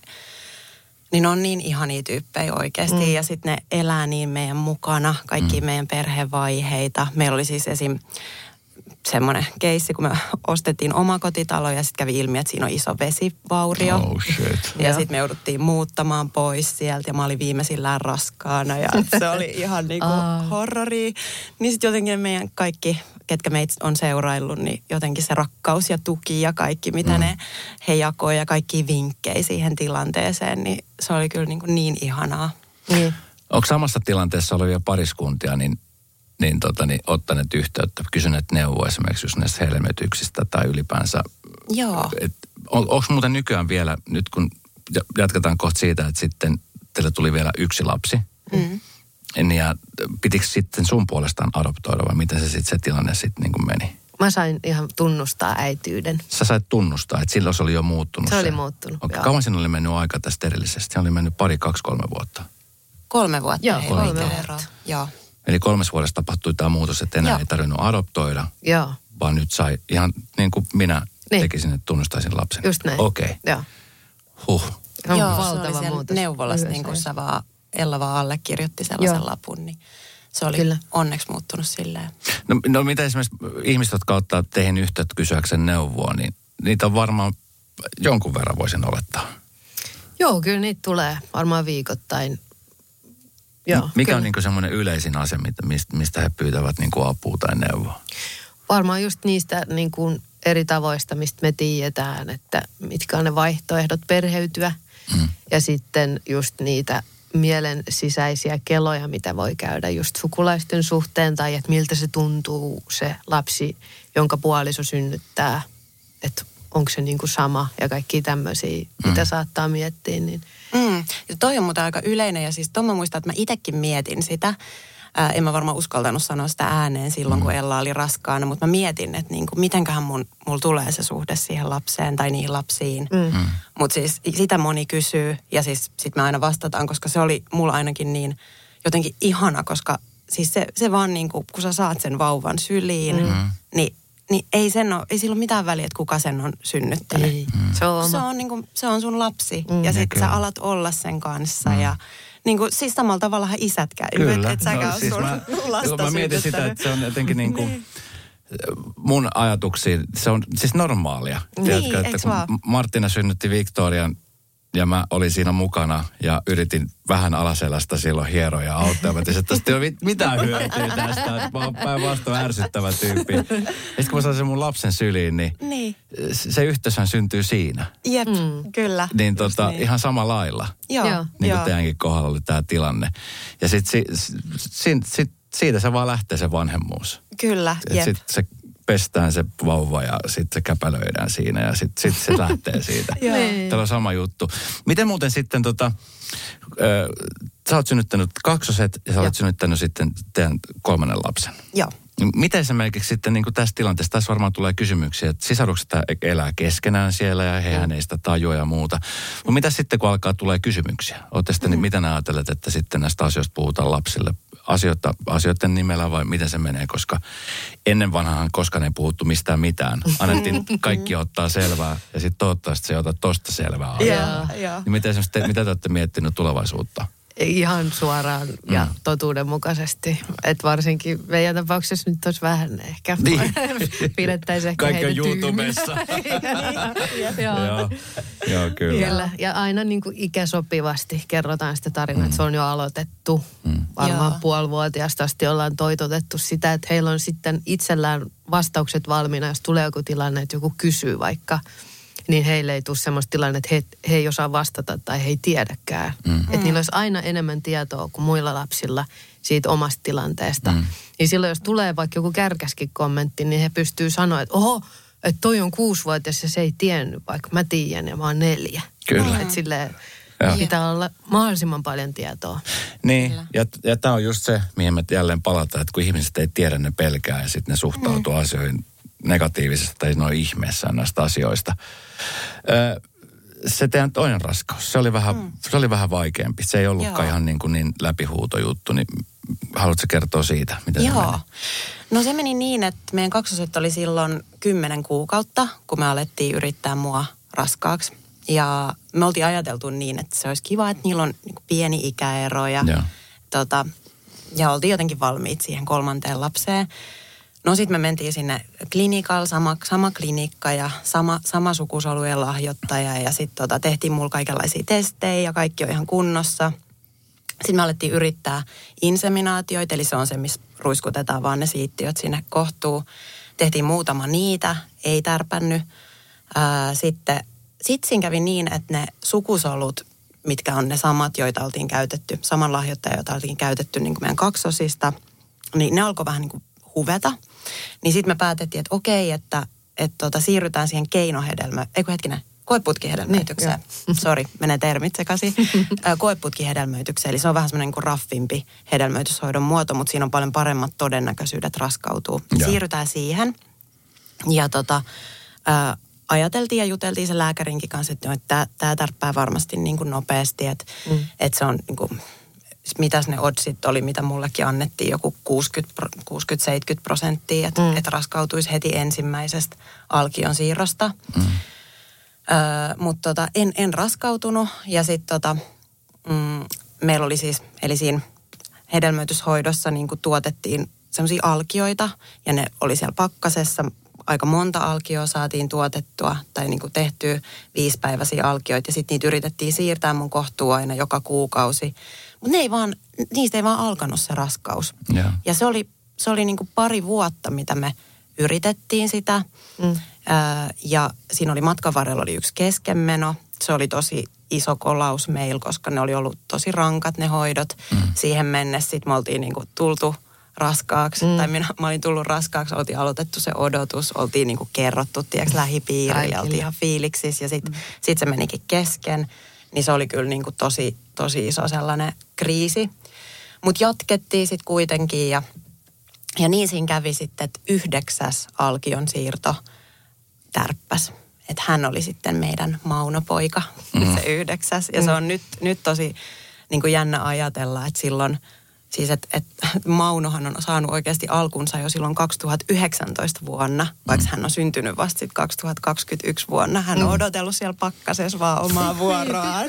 Niin on niin ihania tyyppejä oikeasti mm. ja sitten ne elää niin meidän mukana, kaikki mm. meidän perhevaiheita. Meillä oli siis esim. semmoinen keissi, kun me ostettiin omakotitalo ja sitten kävi ilmi, että siinä on iso vesivaurio. Oh shit. Ja sitten me jouduttiin muuttamaan pois sieltä ja mä olin viimeisillään raskaana ja se oli ihan niinku oh. horroria. Niin sitten jotenkin meidän kaikki, ketkä meitä on seuraillut, niin jotenkin se rakkaus ja tuki ja kaikki, mitä mm. ne he jakoi ja kaikki vinkkejä siihen tilanteeseen, niin se oli kyllä niin, kuin niin ihanaa. Mm. Onko samassa tilanteessa olevia pariskuntia, niin, niin, tota, niin ottaneet yhteyttä, kysyneet neuvoa esimerkiksi just näistä helmetyksistä tai ylipäänsä? Joo. On, onko muuten nykyään vielä, nyt kun jatketaan kohta siitä, että sitten teille tuli vielä yksi lapsi, mm. ja pitikö sitten sun puolestaan adoptoida vai miten se sitten se tilanne sitten niin kuin meni? Mä sain ihan tunnustaa äityyden. Sä sait tunnustaa, että silloin se oli jo muuttunut. Se, se. oli muuttunut, okay. Joo. Kauan siinä oli mennyt aika tästä erillisestä? Se oli mennyt pari, kaksi, kolme vuotta. Kolme vuotta. Joo, kolme vuotta. Joo. Eli kolmes vuodessa tapahtui tämä muutos, että enää Joo. ei tarvinnut adoptoida. Joo. Vaan nyt sai ihan niin kuin minä niin. tekisin, että tunnustaisin lapsen. Just näin. Okei. Okay. Joo. Huh. On Joo, valtava se oli muutos. neuvolassa, niin kuin sä vaan, Ella vaan allekirjoitti sellaisen Joo. lapun, niin se oli Kyllä. onneksi muuttunut silleen. No, no mitä esimerkiksi ihmiset, jotka ottaa teihin yhteyttä kysyäkseen neuvoa, niin niitä on varmaan jonkun verran voisin olettaa. Joo, kyllä niitä tulee varmaan viikoittain. Joo, Mikä kyllä. on niin kuin semmoinen yleisin ase, mistä he pyytävät niin kuin apua tai neuvoa? Varmaan just niistä niin kuin eri tavoista, mistä me tiedetään, että mitkä on ne vaihtoehdot perheytyä. Mm. Ja sitten just niitä mielen sisäisiä keloja, mitä voi käydä just sukulaisten suhteen tai että miltä se tuntuu se lapsi, jonka puoliso synnyttää. Että onko se niin kuin sama ja kaikki tämmöisiä, mm. mitä saattaa miettiä. Niin. Mm. Ja toi on muuten aika yleinen ja siis tuon mä muistan, että mä itsekin mietin sitä. Ää, en mä varmaan uskaltanut sanoa sitä ääneen silloin, mm. kun Ella oli raskaana, mutta mä mietin, että niinku, mitenköhän mun, mulla tulee se suhde siihen lapseen tai niihin lapsiin. Mm. Mm. Mutta siis sitä moni kysyy ja siis sit me aina vastataan, koska se oli mulla ainakin niin jotenkin ihana, koska siis se, se vaan niinku, kun sä saat sen vauvan syliin, mm. niin Niin ei, sen ole, ei sillä ole mitään väliä, että kuka sen on synnyttänyt. Ei. Mm. Se, on, se, on, niin kuin, se on sun lapsi. Mm. Ja sitten sä alat olla sen kanssa. Mm. Ja niin kuin, siis samalla tavallahan isätkään. Kyllä. Että säkään no, on siis sun mä, lasta mä mietin sitä, että se on jotenkin niin kuin, mun ajatuksiin, se on siis normaalia. Niin, Tiedätkö, että eiks kun vaan? Martina synnytti Victorian ja mä olin siinä mukana ja yritin vähän alaselästä silloin hieroja ja auttaa. Mä tiesin, että tästä ei ole mitään hyötyä tästä. Mä oon päinvastoin ärsyttävä tyyppi. Ja sitten kun mä sain sen mun lapsen syliin, niin, Niin. se yhteyshän syntyy siinä. Jep, mm. kyllä. Niin, tota, niin. ihan samalla lailla. Joo, Joo. Niin kuin joo. teidänkin kohdalla oli tämä tilanne. Ja sitten si, si, si, siitä se vaan lähtee se vanhemmuus. Kyllä, jep. Sitten se pestään se vauva ja sitten se käpälöidään siinä ja sitten sit se lähtee siitä. Joo. Täällä on sama juttu. Miten muuten sitten tota, ö, sä oot synnyttänyt kaksoset ja sä olet synnyttänyt sitten teidän kolmannen lapsen. Joo. Miten esimerkiksi sitten niin kuin tässä tilanteessa, tässä varmaan tulee kysymyksiä, että sisarukset elää keskenään siellä ja hehän ei sitä tajua ja muuta. Mutta mitä sitten, kun alkaa tulee kysymyksiä? Olette sitten, mm. mitä nää ajattelet, että sitten näistä asioista puhutaan lapsille? Asioita, asioiden nimellä vai miten se menee? Koska ennen vanhaan koskaan ei puhuttu mistään mitään. Annettiin kaikki ottaa selvää ja sitten toivottavasti se ei ota tosta selvää asiaa. Joo, joo. Niin miten te, mitä te olette miettinyt tulevaisuutta? Ihan suoraan ja Mm. totuudenmukaisesti. Että varsinkin meidän tapauksessa nyt olisi vähän ehkä. Niin. Pidettäisiin ehkä Kaikki on heitä YouTubessa. Joo. Joo, joo, kyllä. Kyllä. Ja aina niin kuin ikäsopivasti kerrotaan sitä tarinaa, mm. että se on jo aloitettu. Mm. Varmaan Joo. puolivuotiaasta asti ollaan toitotettu sitä, että heillä on sitten itsellään vastaukset valmiina, jos tulee joku tilanne, että joku kysyy vaikka, niin heille ei tule semmoista tilannetta, että he, he ei osaa vastata tai he ei tiedäkään. Mm. Että niillä olisi aina enemmän tietoa kuin muilla lapsilla siitä omasta tilanteesta. Mm. Niin silloin, jos tulee vaikka joku kärkäskin kommentti, niin he pystyy sanoa, että oho, että toi on kuusivuotias ja se ei tiennyt, vaikka mä tiedän ja mä oon neljä. Kyllä. Että silleen Joo. pitää olla mahdollisimman paljon tietoa. Niin, Kyllä. ja, ja tämä on just se, mihin me jälleen palataan, että kun ihmiset ei tiedä, ne pelkää ja sitten ne suhtautuu mm. asioihin negatiivisesti tai noin ihmeessään näistä asioista. Ö, se teidän toinen raskaus, se oli vähän, mm. se oli vähän vaikeampi. Se ei ollutkaan Joo. ihan niin, kuin niin läpihuutojuttu, niin haluatko kertoa siitä, miten Joo. se meni? No se meni niin, että meidän kaksoset oli silloin kymmenen kuukautta, kun me alettiin yrittää mua raskaaksi. Ja me oltiin ajateltu niin, että se olisi kiva, että niillä on niin kuin pieni ikäero ja, Joo. tota, ja oltiin jotenkin valmiit siihen kolmanteen lapseen. No sitten me mentiin sinne klinikalla, sama, sama klinikka ja sama, sama sukusolujen lahjoittaja ja sitten tota, tehtiin mulla kaikenlaisia testejä ja kaikki on ihan kunnossa. Sitten me alettiin yrittää inseminaatioita, eli se on se, missä ruiskutetaan vaan ne siittiöt sinne kohtuun. Tehtiin muutama niitä, ei tärpännyt. Ää, sitten sit siinä kävi niin, että ne sukusolut, mitkä on ne samat, joita oltiin käytetty, saman lahjoittaja, joita oltiin käytetty niin kuin meidän kaksosista, niin ne alkoi vähän niin kuin huveta. Niin sitten me päätettiin, että okei, että, että tota, siirrytään siihen keinohedelmö, eikö hetkinen, koeputkihedelmöitykseen. Niin, Sori, menee termit sekaisin. Koeputkihedelmöitykseen, eli se on vähän semmoinen niin kuin raffimpi hedelmöityshoidon muoto, mutta siinä on paljon paremmat todennäköisyydet raskautuu. Ja. Siirrytään siihen. Ja tota, ää, ajateltiin ja juteltiin sen lääkärinkin kanssa, että tämä, tämä tärppää varmasti niin kuin nopeasti, että, mm. että se on niin kuin, mitäs ne oddsit oli, mitä mullekin annettiin, joku kuusikymmentä seitsemänkymmentä prosenttia, että, mm. että raskautuisi heti ensimmäisestä alkion siirrosta. Mm. Öö, mutta tota, en, en raskautunut ja sitten tota, mm, meillä oli siis, eli siinä hedelmöityshoidossa niin kuin tuotettiin semmoisia alkioita ja ne oli siellä pakkasessa. Aika monta alkioa saatiin tuotettua tai niin kuin tehtyä viisipäiväisiä alkioita ja sitten niitä yritettiin siirtää mun kohtuun aina joka kuukausi. Mutta ne ei vaan, niistä ei vaan alkanut se raskaus. Ja, Ja se oli, se oli niin kuin pari vuotta, mitä me yritettiin sitä. Mm. Ää, ja siinä oli matkan varrella oli yksi keskenmeno. Se oli tosi iso kolaus meillä, koska ne oli ollut tosi rankat ne hoidot. Mm. Siihen mennessä sitten me oltiin niin kuin tultu raskaaksi, mm. tai minä, mä olin tullut raskaaksi, oltiin aloitettu se odotus, oltiin niin kuin kerrottu, tiedätkö, lähipiiriä, oltiin ihan fiiliksissä ja sitten mm. sit se menikin kesken. Niin se oli kyllä niin kuin tosi, tosi iso sellainen kriisi. Mutta jatkettiin sitten kuitenkin ja, ja niin siinä kävi sitten, että yhdeksäs alkion siirto tärppäs. Että hän oli sitten meidän Mauno-poika, mm. se yhdeksäs. Ja se on nyt, nyt tosi niin kuin jännä ajatella, että silloin, siis että et, Maunohan on saanut oikeasti alkunsa jo silloin kaksituhattayhdeksäntoista vuonna, vaikka mm. hän on syntynyt vasta sitten kaksituhattakaksikymmentäyksi vuonna. Hän on mm. odotellut siellä pakkasessa vaan omaa vuoroaan.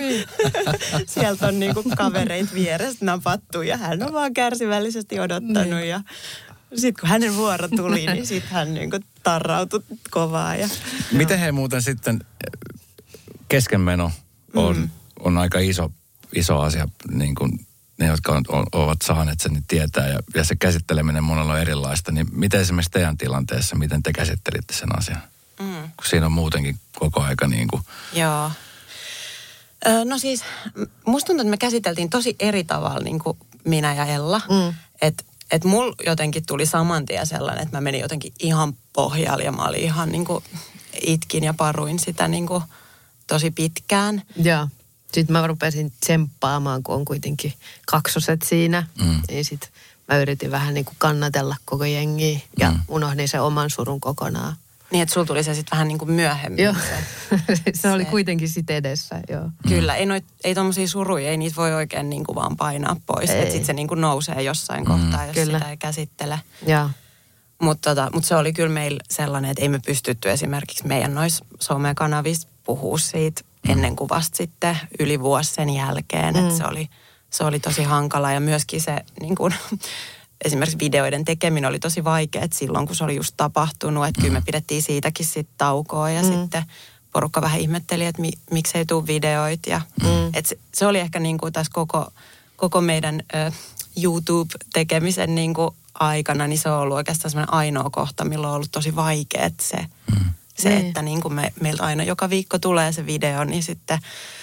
Sieltä on niinku kavereit vierestä napattu ja hän on vaan kärsivällisesti odottanut ja sitten kun hänen vuoro tuli, niin sitten hän niin kuin tarrautui kovaa. Ja, Miten he muuten sitten, keskenmeno on, mm. on aika iso, iso asia, niin kuin ne, jotka on, on, ovat saaneet sen, niin tietää. Ja, ja se käsitteleminen monella on erilaista. Niin miten esimerkiksi teidän tilanteessa, miten te käsittelitte sen asian? Mm. Kun siinä on muutenkin koko aika niin kuin... Joo. No siis, musta tuntuu, että me käsiteltiin tosi eri tavalla niin kuin minä ja Ella. Mm. Että et mulla jotenkin tuli saman tien sellainen, että mä menin jotenkin ihan pohjalle ja mä olin ihan niin kuin itkin ja paruin sitä niin kuin tosi pitkään. Joo. Sitten mä rupesin tsemppaamaan, kun on kuitenkin kaksoset siinä. Mm. Niin sit mä yritin vähän niin kuin kannatella koko jengiä ja mm. unohdin sen oman surun kokonaan. Niin, että sulla tuli se sitten vähän niin kuin myöhemmin. Joo, se, se oli kuitenkin sitten edessä, joo. Kyllä, ei, noit, ei tommosia suruja, ei niitä voi oikein niin kuin vaan painaa pois. Että sitten se niin kuin nousee jossain mm. kohtaa, jos kyllä. sitä ei käsittele. Joo. Mutta tota, mut se oli kyllä meillä sellainen, että ei me pystytty esimerkiksi meidän noissa somekanavissa puhua siitä mm. ennen kuin vasta sitten yli vuosi sen jälkeen. Mm. Että se oli, se oli tosi hankala ja myöskin se niin kuin... Esimerkiksi videoiden tekeminen oli tosi vaikeaa silloin, kun se oli just tapahtunut. Että mm. kyllä me pidettiin siitäkin sitten taukoa ja mm. sitten porukka vähän ihmetteli, että mi, miksei tule videoita. Ja, mm. et se, se oli ehkä niin kuin tässä koko, koko meidän ö, YouTube-tekemisen niin kuin aikana, niin se on ollut oikeastaan semmoinen ainoa kohta, milloin on ollut tosi vaikeaa se, mm. se mm. että niin kuin me, meiltä aina joka viikko tulee se video, niin sitten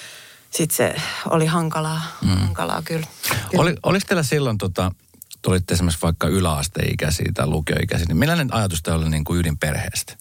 sit se oli hankalaa, mm. hankalaa kyllä. Oli, oliko teillä silloin tota... tulitte esimerkiksi vaikka yläasteikäisiä tai lukioikäisiä, niin millainen ajatus teillä oli niin kuin ydinperheestä?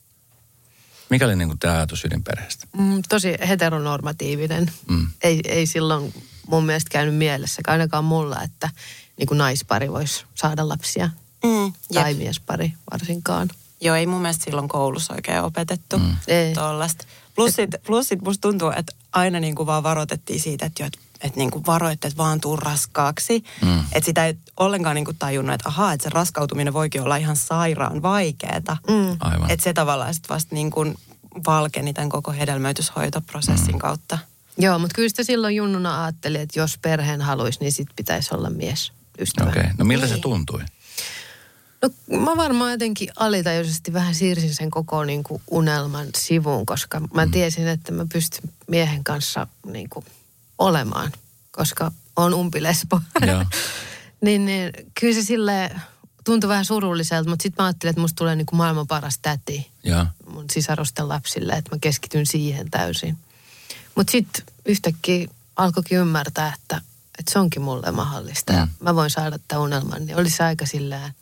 Mikä oli niin kuin tämä ajatus ydinperheestä? Mm, tosi heteronormatiivinen. Mm. Ei, ei silloin mun mielestä käynyt mielessä, ainakaan mulla, että niin kuin naispari voisi saada lapsia. Mm, tai miespari varsinkaan. Joo, ei mun mielestä silloin koulussa oikein opetettu mm. tuollaista. Plus sit, plus sit musta tuntuu, että aina niin kuin vaan varoitettiin siitä, että, jo, että, että niin kuin varoitte, että vaan tuu raskaaksi. Mm. Että sitä ei ollenkaan niin kuin tajunnut, että ahaa, että se raskautuminen voikin olla ihan sairaan vaikeeta. Mm. Aivan. Että se tavallaan sitten vasta niin kuin valkeni tämän koko hedelmöityshoitoprosessin mm. kautta. Joo, mutta kyllä sitä silloin junnuna ajattelin, että jos perheen haluaisi, niin sitten pitäisi olla mies ystävä. Okei, okay. No miltä niin. se tuntui? No mä varmaan jotenkin alitajuisesti vähän siirsin sen koko niin kuin unelman sivuun, koska mä mm. tiesin, että mä pystyn miehen kanssa niin kuin olemaan, koska on umpilesbo. niin, niin kyllä se silleen tuntui vähän surulliselta, mutta sitten mä ajattelin, että musta tulee niin kuin maailman paras täti ja. mun sisarusten lapsille, että mä keskityn siihen täysin. Mutta sitten yhtäkkiä alkoikin ymmärtää, että, että se onkin mulle mahdollista mm. ja mä voin saada tämän unelman, niin oli se aika silleen,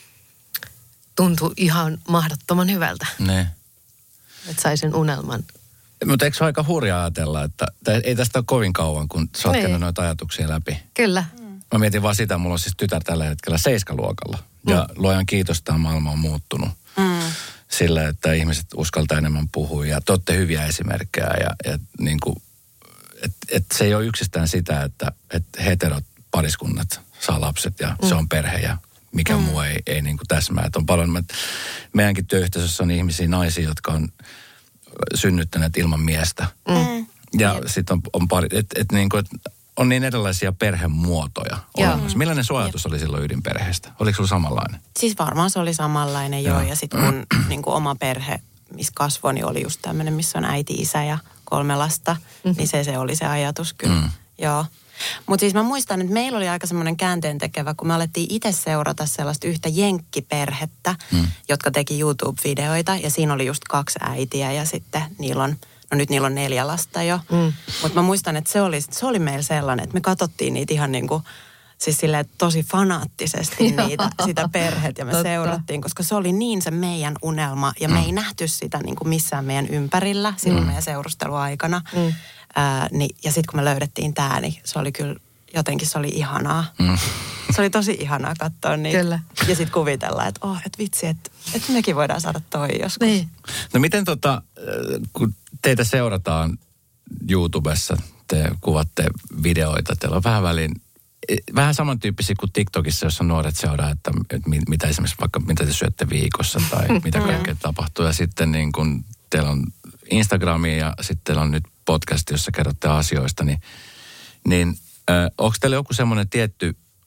tuntui ihan mahdottoman hyvältä. Ne. Että sai sen unelman. Mutta eikö se ole aika hurjaa ajatella, että ei tästä ole kovin kauan, kun sä oot käynyt noita ajatuksia läpi? Kyllä. Mm. Mä mietin vaan sitä, mulla on siis tytär tällä hetkellä seiskaluokalla. Mm. Ja luojan kiitos, tämä maailma on muuttunut. Mm. Sillä, että ihmiset uskaltaa enemmän puhua ja te ootte hyviä esimerkkejä. Ja, ja niin kuin, et, et se ei ole yksistään sitä, että et heterot pariskunnat saa lapset ja mm. se on perhe ja mikä mm. muu ei, ei niin kuin täsmää. Että on paljon, meidänkin työyhteisössä on ihmisiä, naisia, jotka on synnyttäneet ilman miestä. Mm. Ja yep. sitten on, on pari, että et niin et on niin erilaisia perhemuotoja olemassa. Millainen sun ajatus yep. oli silloin ydinperheestä? Oliko sulla samanlainen? Siis varmaan se oli samanlainen joo. Ja sitten kun niin kuin oma perhe, missä kasvoi, niin oli just tämmöinen, missä on äiti, isä ja kolme lasta. Mm-hmm. Niin se, se oli se ajatus kyllä. Mm. Joo. Mutta siis mä muistan, että meillä oli aika semmoinen käänteentekevä, kun me alettiin itse seurata sellaista yhtä jenkkiperhettä, mm. jotka teki YouTube-videoita. Ja siinä oli just kaksi äitiä ja sitten niillä on, no nyt niillä on neljä lasta jo. Mm. Mutta mä muistan, että se oli, se oli meillä sellainen, että me katsottiin niitä ihan niin kuin, siis silleen tosi fanaattisesti niitä, sitä perhettä ja me Totta. seurattiin, koska se oli niin se meidän unelma. Ja mm. me ei nähty sitä niin kuin missään meidän ympärillä silloin mm. meidän seurusteluaikana. Mm. Ää, niin, ja sitten kun me löydettiin tämä, niin se oli kyllä, jotenkin se oli ihanaa. Mm. Se oli tosi ihanaa katsoa niitä. Kyllä. Ja sitten kuvitella, että oh, et vitsi, että et mekin voidaan saada toi joskus. Niin. No miten tota, kun teitä seurataan YouTubessa, te kuvatte videoita, teillä on vähän väliin, vähän samantyyppisiä kuin TikTokissa, jossa nuoret seuraa, että, että mitä esimerkiksi vaikka, mitä te syötte viikossa tai mitä kaikkea tapahtuu. Ja sitten niin kun teillä on Instagramia ja sitten teillä on nyt podcast, jossa kerrotte asioista, niin, niin äh, onko teillä joku semmoinen tietty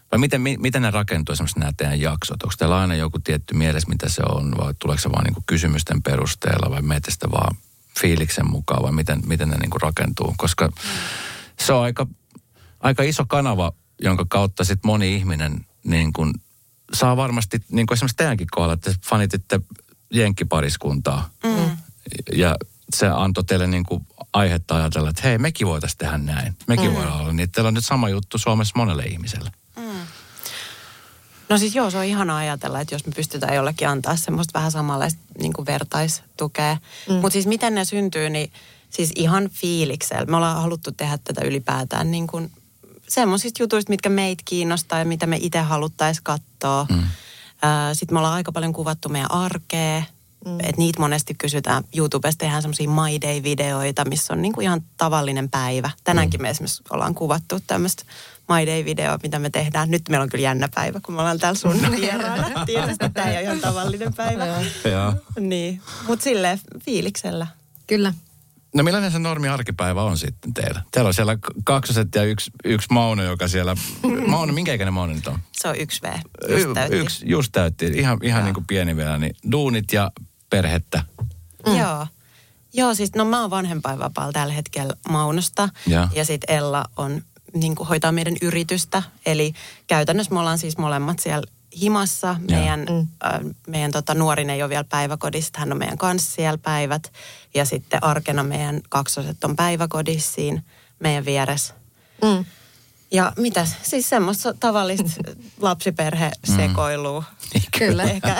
vai miten, mi, miten ne rakentuu esimerkiksi nämä teidän jaksot? Onko teillä aina joku tietty mielessä, mitä se on, vai tuleeko se vaan niin kuin kysymysten perusteella, vai menette sitä vaan fiiliksen mukaan, vai miten, miten ne niin kuin rakentuu? Koska se on aika, aika iso kanava, jonka kautta sit moni ihminen niin kuin saa varmasti, niin kuin esimerkiksi teidänkin kohdalla, että fanititte jenkkipariskuntaa. Mm. Ja se antoi teille niin kuin aihetta ajatella, että hei, mekin voitaisiin tehdä näin. Mekin mm. voidaan olla. Niin teillä on nyt sama juttu Suomessa monelle ihmiselle. Mm. No siis joo, se on ihanaa ajatella, että jos me pystytään jollekin antaa semmoista vähän samanlaista niin kuin vertaistukea. Mm. Mutta siis miten ne syntyy, niin siis ihan fiiliksellä. Me ollaan haluttu tehdä tätä ylipäätään niin kuin semmoisista jutuista, mitkä meitä kiinnostaa ja mitä me itse haluttaisiin katsoa. Mm. Sitten me ollaan aika paljon kuvattu meidän arkea. Mm. Että niitä monesti kysytään. YouTubesta tehdään semmoisia My Day-videoita, missä on niinku ihan tavallinen päivä. Tänäänkin mm. me esimerkiksi ollaan kuvattu tämmöistä My Day-videoa, mitä me tehdään. Nyt meillä on kyllä jännä päivä, kun me ollaan täällä sun vieraana. Tietysti tämä ei ole ihan tavallinen päivä. Niin, mutta silleen fiiliksellä. Kyllä. No millainen se normi arkipäivä on sitten teillä? Teillä on siellä kaksoset ja yksi, yksi Mauno, joka siellä... Mauno, minkä ikäinen Mauno nyt on? Se on yksi V. Just täytti. Yksi, just täytti. Ihan, ihan niin kuin pieni vielä. Niin duunit ja perhettä. Mm. Joo. Joo, siis no mä oon vanhempainvapaalla tällä hetkellä Maunosta. Ja, ja sit Ella on, niin kuin hoitaa meidän yritystä. Eli käytännössä me ollaan siis molemmat siellä himassa. Meidän, mm. äh, meidän tota, nuorin ei ole vielä päiväkodissa, hän on meidän kanssa siellä päivät. Ja sitten arkena meidän kaksoset on päiväkodissa siinä meidän vieressä. Mm. Ja mitäs? Siis semmoista tavallista lapsiperhesekoilua. Mm. Kyllä. Ehkä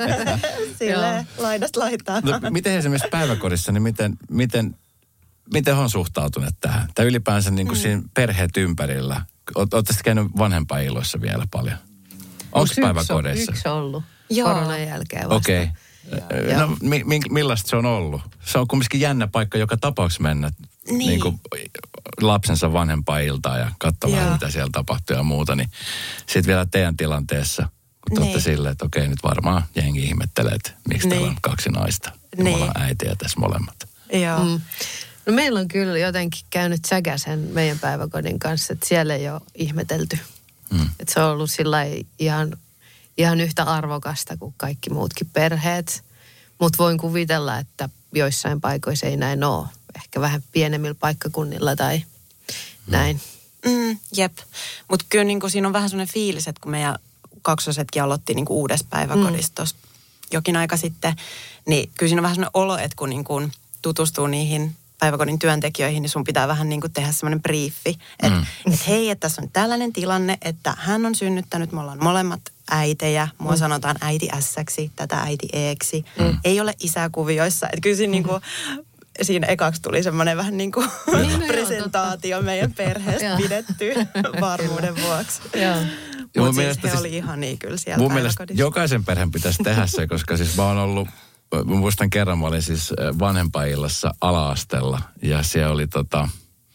silleen laidasta laitaan. No, miten esimerkiksi päiväkodissa, niin miten, miten, miten on suhtautuneet tähän? Tai ylipäänsä niin kuin mm. siinä perheet ympärillä. Oletteko käynyt vanhempainilloissa vielä paljon? Onko päiväkodeissa? Yksi ollut Joo. koronan jälkeen vasta. Okei. Okay. No mi, mi, millaista se on ollut? Se on kumminkin jännä paikka joka tapauksessa mennä niin. Niin kuin lapsensa vanhempainiltaan ja katsomaan, Joo. mitä siellä tapahtuu ja muuta. Niin sitten vielä teidän tilanteessa, kun te olette silleen, että okei, nyt varmaan jengi ihmettelee, että miksi niin. teillä on kaksi naista. Ja niin. me ollaan äitiä tässä molemmat. Joo. Mm. No meillä on kyllä jotenkin käynyt säkäsen meidän päiväkodin kanssa, että siellä ei ole ihmetelty. Mm. Että se on ollut sillai ihan, ihan yhtä arvokasta kuin kaikki muutkin perheet. Mutta voin kuvitella, että joissain paikoissa ei näin ole. Ehkä vähän pienemmillä paikkakunnilla tai mm. näin. Mm, jep. Mutta kyllä niin siinä on vähän sellainen fiilis, että kun meidän kaksosetkin aloitti niin uudessa päiväkodissa tuossa mm. jokin aika sitten, niin kyllä siinä on vähän sellainen olo, että kun niin kuin tutustuu niihin päiväkodin työntekijöihin, niin sun pitää vähän niin kuin tehdä semmoinen briefi. Että mm. et hei, että tässä on tällainen tilanne, että hän on synnyttänyt, me ollaan molemmat äitejä. Mua mm. sanotaan äiti Ässäksi, tätä äiti Eeksi. Mm. Ei ole isäkuvioissa. Että kyllä siinä, mm. niin kuin, siinä ekaksi tuli semmoinen vähän niin kuin niin, presentaatio meidän perheestä pidetty varmuuden vuoksi. Mutta siis he siis, oli ihan niin kyllä siellä mun mielestä jokaisen perheen pitäisi tehdä se, koska siis mä oon ollut... Mä muistan kerran, mä olin siis vanhempainillassa ala-astella ja se oli tota,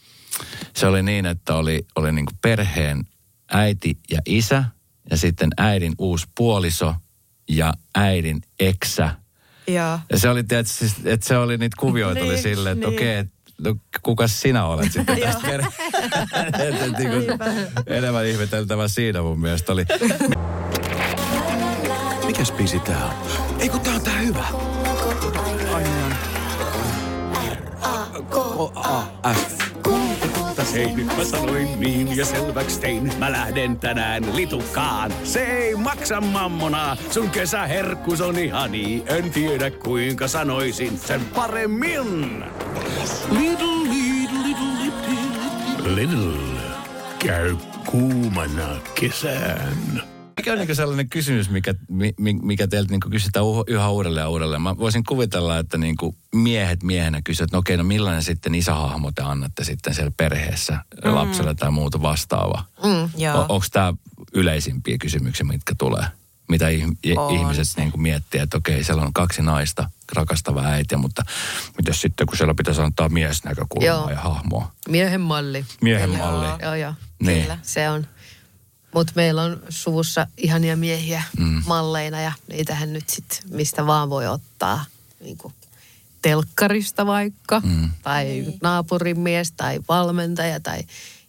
se oli niin, että oli, oli niin kuin perheen äiti ja isä ja sitten äidin uusi puoliso ja äidin eksä. Ja, ja se oli, tietysti, siis, että se oli niitä kuvioita niin, oli silleen, että niin. okei, okay, no kukas sinä olet sitten tästä perheestä. niin enemmän ihmeteltävä siinä mun mielestä oli. Mikäs biisi tää on? Ei kun tää on tää hyvä. Hei, nyt mä sanoin niin ja selväks tein. Mä lähden tänään litukaan. Se ei maksa mammonaa. Sun kesäherkkus on ihani. En tiedä kuinka sanoisin sen paremmin. Little, little, little, little. Little. Käy kuumana kesään. Mikä on niin sellainen kysymys, mikä, mikä teiltä niin kysytään yhä uudelleen ja uudelleen? Mä voisin kuvitella, että niin miehet miehenä kysyvät, että no okei, no millainen sitten isähahmo te annatte sitten siellä perheessä mm. lapselle tai muuta vastaavaa? Mm, o, Onko tämä yleisimpiä kysymyksiä, mitkä tulee? Mitä on ihmiset niin miettii, että okei, siellä on kaksi naista, rakastava äitiä, mutta mitäs sitten, kun siellä pitäisi antaa miesnäkökulmaa joo. ja hahmoa? Miehen malli. Miehen joo. malli. Joo, joo. Niin. Se on. Mutta meillä on suvussa ihania miehiä mm. malleina ja niitähän nyt sitten mistä vaan voi ottaa. Niin kuin telkkarista vaikka, mm. tai naapurin mies tai valmentaja tai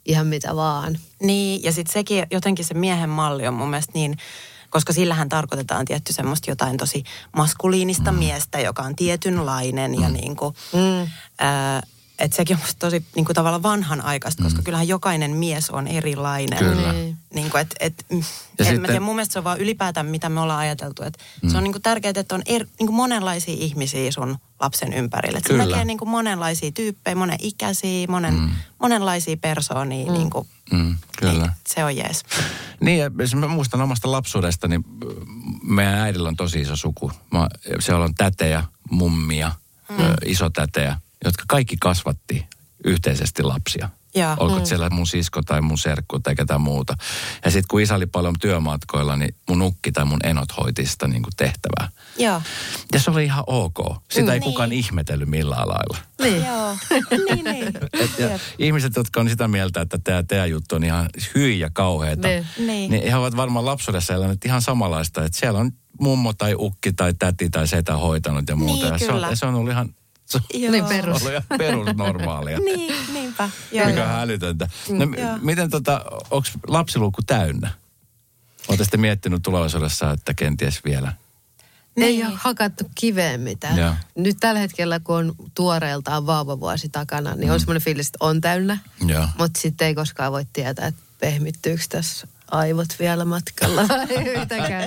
ihan mitä vaan. Niin, ja sitten sekin, jotenkin se miehen malli on mun mielestä niin, koska sillähän tarkoitetaan tietty semmoista jotain tosi maskuliinista mm. miestä, joka on tietynlainen mm. ja niin kuin, mm. ää, että sekin on musta tosi niin kuin tavallaan vanhanaikaista, koska mm. kyllähän jokainen mies on erilainen. Kyllä. Niin kuin, et, et, en sitten, mä tiedä, mun mielestä se on vaan ylipäätään, mitä me ollaan ajateltu. Että mm. se on niin kuin tärkeää, että on er, niin kuin monenlaisia ihmisiä sun lapsen ympärille. Että se näkee niin kuin monenlaisia tyyppejä, monen ikäisiä, monen, mm. monenlaisia persoonia. Mm. Niin kuin, mm, kyllä. Niin, se on jees. Niin, ja mä muistan omasta lapsuudesta, niin meidän äidillä on tosi iso suku. Mä, siellä on tätejä, mummia, mm. isotätejä, jotka kaikki kasvatti yhteisesti lapsia. Ja. Olko Mm. siellä mun sisko tai mun serkku tai ketään muuta. Ja sitten kun isä oli paljon työmatkoilla, niin mun ukki tai mun enot hoiti sitä niin kuin tehtävää. Joo. Ja se oli ihan ok. Sitä Mm. ei Niin. kukaan ihmetellyt millään lailla. Niin. Joo, niin, niin. Et, ja ihmiset, jotka on sitä mieltä, että tämä teidän juttu on ihan hyi ja kauheata, Niin. Niin. niin he ovat varmaan lapsuudessa eläneet ihan samanlaista. Että siellä on mummo tai ukki tai täti tai setä hoitanut ja muuta. Niin, ja se, on, kyllä. ja se on ollut ihan... Se on Joo. Niin perus. ollut ihan perusnormaalia. Niin, niinpä. Joo, Mikä joo. on älytöntä. No, m- Joo. miten tota, onko lapsiluku täynnä? Olette sitten miettinyt tulevaisuudessa, että kenties vielä? Ei Niin. ole hakattu kiveen mitään. Joo. Nyt tällä hetkellä, kun on tuoreeltaan vauvavuosi takana, niin mm. on semmoinen fiilis, että on täynnä. Joo. Mutta sitten ei koskaan voi tietää, että pehmittyykö tässä aivot vielä matkalla vai yhtäkään.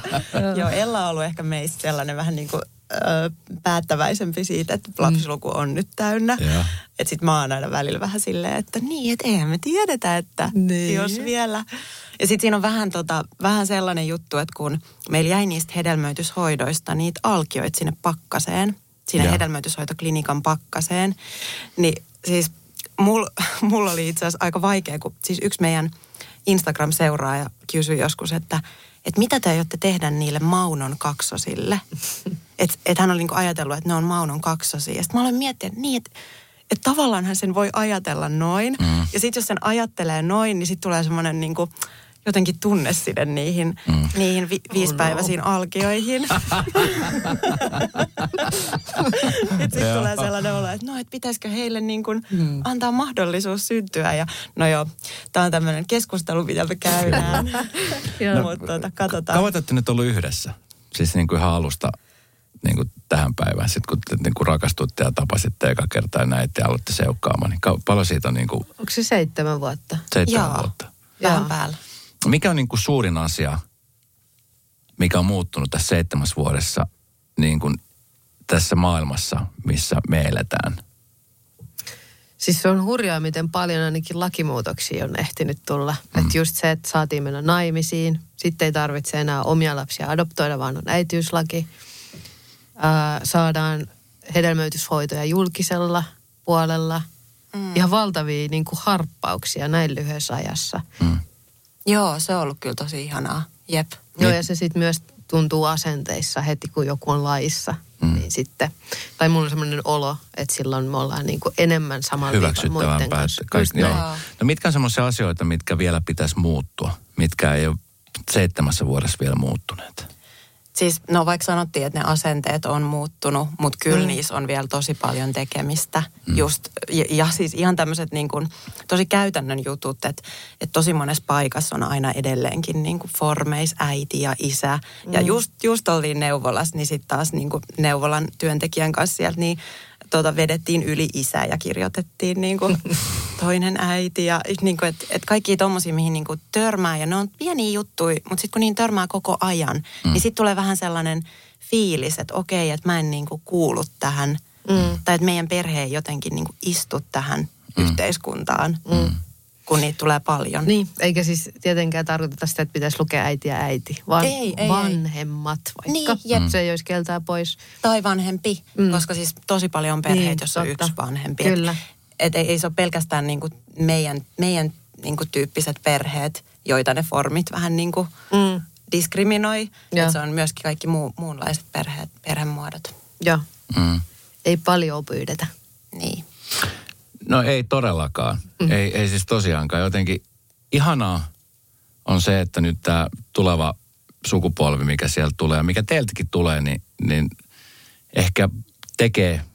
Joo, Ella on ollut ehkä meistä sellainen vähän niin kuin ö, päättäväisempi siitä, että lapsiluku on nyt täynnä. Joo. Että sit mä oon aina välillä vähän silleen, että niin, että eihän me tiedetä, että Niin. jos vielä. Ja sitten siinä on vähän, tota, vähän sellainen juttu, että kun meillä jäi niistä hedelmöityshoidoista niitä alkioita sinne pakkaseen, sinne Joo. hedelmöityshoitoklinikan pakkaseen, niin siis mulla mul oli itse asiassa aika vaikea, kun siis yksi meidän Instagram-seuraaja kysyi joskus, että, että mitä te aiotte tehdä niille Maunon kaksosille? Että et hän oli niinku ajatellut, että ne on Maunon kaksosia. Ja sitten mä aloin miettiä, että niin, että et tavallaan sen voi ajatella noin. Mm. Ja sitten jos sen ajattelee noin, niin sitten tulee semmoinen niinku jotenkin tunneside niihin, mm. niihin vi- viisipäiväisiin oh no. alkioihin. Että sitten tulee sellainen olo, että no, että pitäisikö heille niin kuin mm. antaa mahdollisuus syntyä. Ja no joo, tämä on tämmöinen keskustelu, mitä me käydään. no, mutta tuota, katsotaan. Kauan te olette nyt ollut yhdessä? Siis niin kuin ihan alusta niin kuin tähän päivään. Sitten kun te niin kuin rakastutte ja tapasitte eka kertaa ja näitte ja aloitte seukkaamaan, niin ka- paljon siitä on niin kuin Onko se seitsemän vuotta? seitsemän Joo. vuotta? Vähän Joo. päällä. Mikä on niin kuin suurin asia, mikä on muuttunut tässä seitsemässä vuodessa niin kuin tässä maailmassa, missä me eletään? Siis se on hurjaa, miten paljon ainakin lakimuutoksia on ehtinyt tulla. Mm. Että just se, että saatiin mennä naimisiin. Sitten ei tarvitse enää omia lapsia adoptoida, vaan on äitiyslaki. Ää, saadaan hedelmöityshoitoja julkisella puolella. Mm. Ihan valtavia niin kuin harppauksia näin lyhyessä ajassa. Mm. Joo, se on ollut kyllä tosi ihanaa. Jep. Joo, ja se sitten myös tuntuu asenteissa heti, kun joku on laissa. Mm. Niin sitten, tai mulla on semmoinen olo, että silloin me ollaan niin kuin enemmän samalla viikolla muiden Hyväksyttävämpää. kanssa. Kaikki, Just joo. näin. No mitkä on semmoisia asioita, mitkä vielä pitäisi muuttua, mitkä ei ole seitsemässä vuodessa vielä muuttuneet? Siis, no vaikka sanottiin, että ne asenteet on muuttunut, mutta kyllä Mm. niissä on vielä tosi paljon tekemistä. Mm. Just, ja, ja siis ihan tämmöiset niin kuin, tosi käytännön jutut, että, että tosi monessa paikassa on aina edelleenkin niin kuin formeis, äiti ja isä. Mm. Ja just, just oltiin neuvolassa, niin sitten taas niin kuin neuvolan työntekijän kanssa sieltä, niin tuota, vedettiin yli isä ja kirjoitettiin niin kuin toinen äiti. Ja niin kuin, että, että kaikki tommosia, mihin niin kuin törmää. Ja ne on pieniä juttuja, mutta sitten kun niin törmää koko ajan, mm. niin sitten tulee vähän sellainen fiilis, että okei, että mä en niin kuin kuulu tähän. Mm. Tai että meidän perhe ei jotenkin niin kuin istu tähän mm. yhteiskuntaan, mm. kun niitä tulee paljon. Niin, eikä siis tietenkään tarkoiteta sitä, että pitäisi lukea äiti ja äiti, vaan Ei, ei, vanhemmat vaikka. Niin, jep. Se ei olisi keltää pois. Tai vanhempi, mm. koska siis tosi paljon on perheitä, Niin, jossa on totta. yksi vanhempi. Kyllä. Et, et ei, ei se ole pelkästään niinku meidän, meidän niinku tyyppiset perheet, joita ne formit vähän niinku Mm. diskriminoi. Joo. Et se on myöskin kaikki muu, muunlaiset perheet, perhemuodot. Joo, Mm. ei paljon pyydetä. Niin. No ei todellakaan. Mm. Ei, ei siis tosiaankaan. Jotenkin ihanaa on se, että nyt tämä tuleva sukupolvi, mikä sieltä tulee, mikä teiltäkin tulee, niin, niin ehkä tekee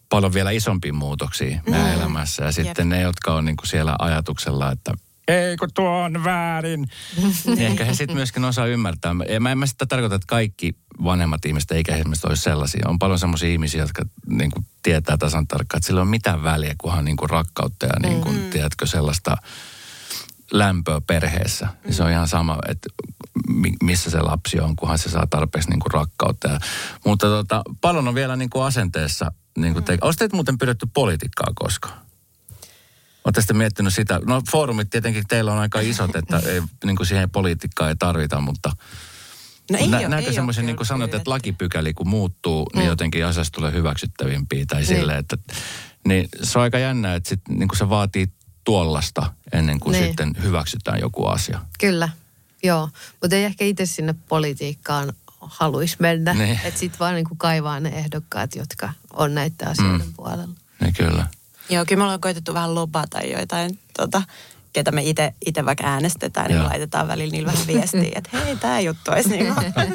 paljon vielä isompia muutoksia meidän mm. elämässä. Ja sitten Jep. ne, jotka on niin kuin siellä ajatuksella, että ei kun tuo on väärin. niin ehkä he sitten myöskin osaa ymmärtää. Ja mä en mä sitä tarkoita, että kaikki vanhemmat ihmiset eikä esimerkiksi olisi sellaisia. On paljon semmoisia ihmisiä, jotka niin kuin tietää tasan tarkkaan, että sillä on mitään väliä, kunhan niin kuin rakkautta ja niin kuin, mm-hmm. tiedätkö, sellaista lämpöä perheessä. Mm-hmm. Se on ihan sama, että missä se lapsi on, kunhan se saa tarpeeksi niin kuin rakkautta. Ja, mutta tota, paljon on vielä niin kuin asenteessa. Niin kuin te... mm-hmm. Oletko muuten pidetty politiikkaa koskaan? Oletteko sitten miettinyt sitä? No foorumit tietenkin teillä on aika isot, että ei, niin kuin siihen politiikkaa ei tarvita, mutta no ei nä, ole, näkö semmoisen, niin kuin sanoit, että lakipykäli kun muuttuu, mm. niin jotenkin asiasta tulee hyväksyttävimpiä tai silleen, että niin se on aika jännä, että sit, niin kuin se vaatii tuollasta ennen kuin niin. sitten hyväksytään joku asia. Kyllä, joo, mutta ei ehkä itse sinne politiikkaan haluaisi mennä, niin. että sitten vaan niin kuin kaivaa ne ehdokkaat, jotka on näiden asioiden mm. puolella. Niin kyllä. Joo, kyllä me ollaan koetettu vähän lobata joitain, tota, ketä me itse vaikka äänestetään, niin me laitetaan välillä niillä vähän viestiä, että hei, tämä juttu olisi niin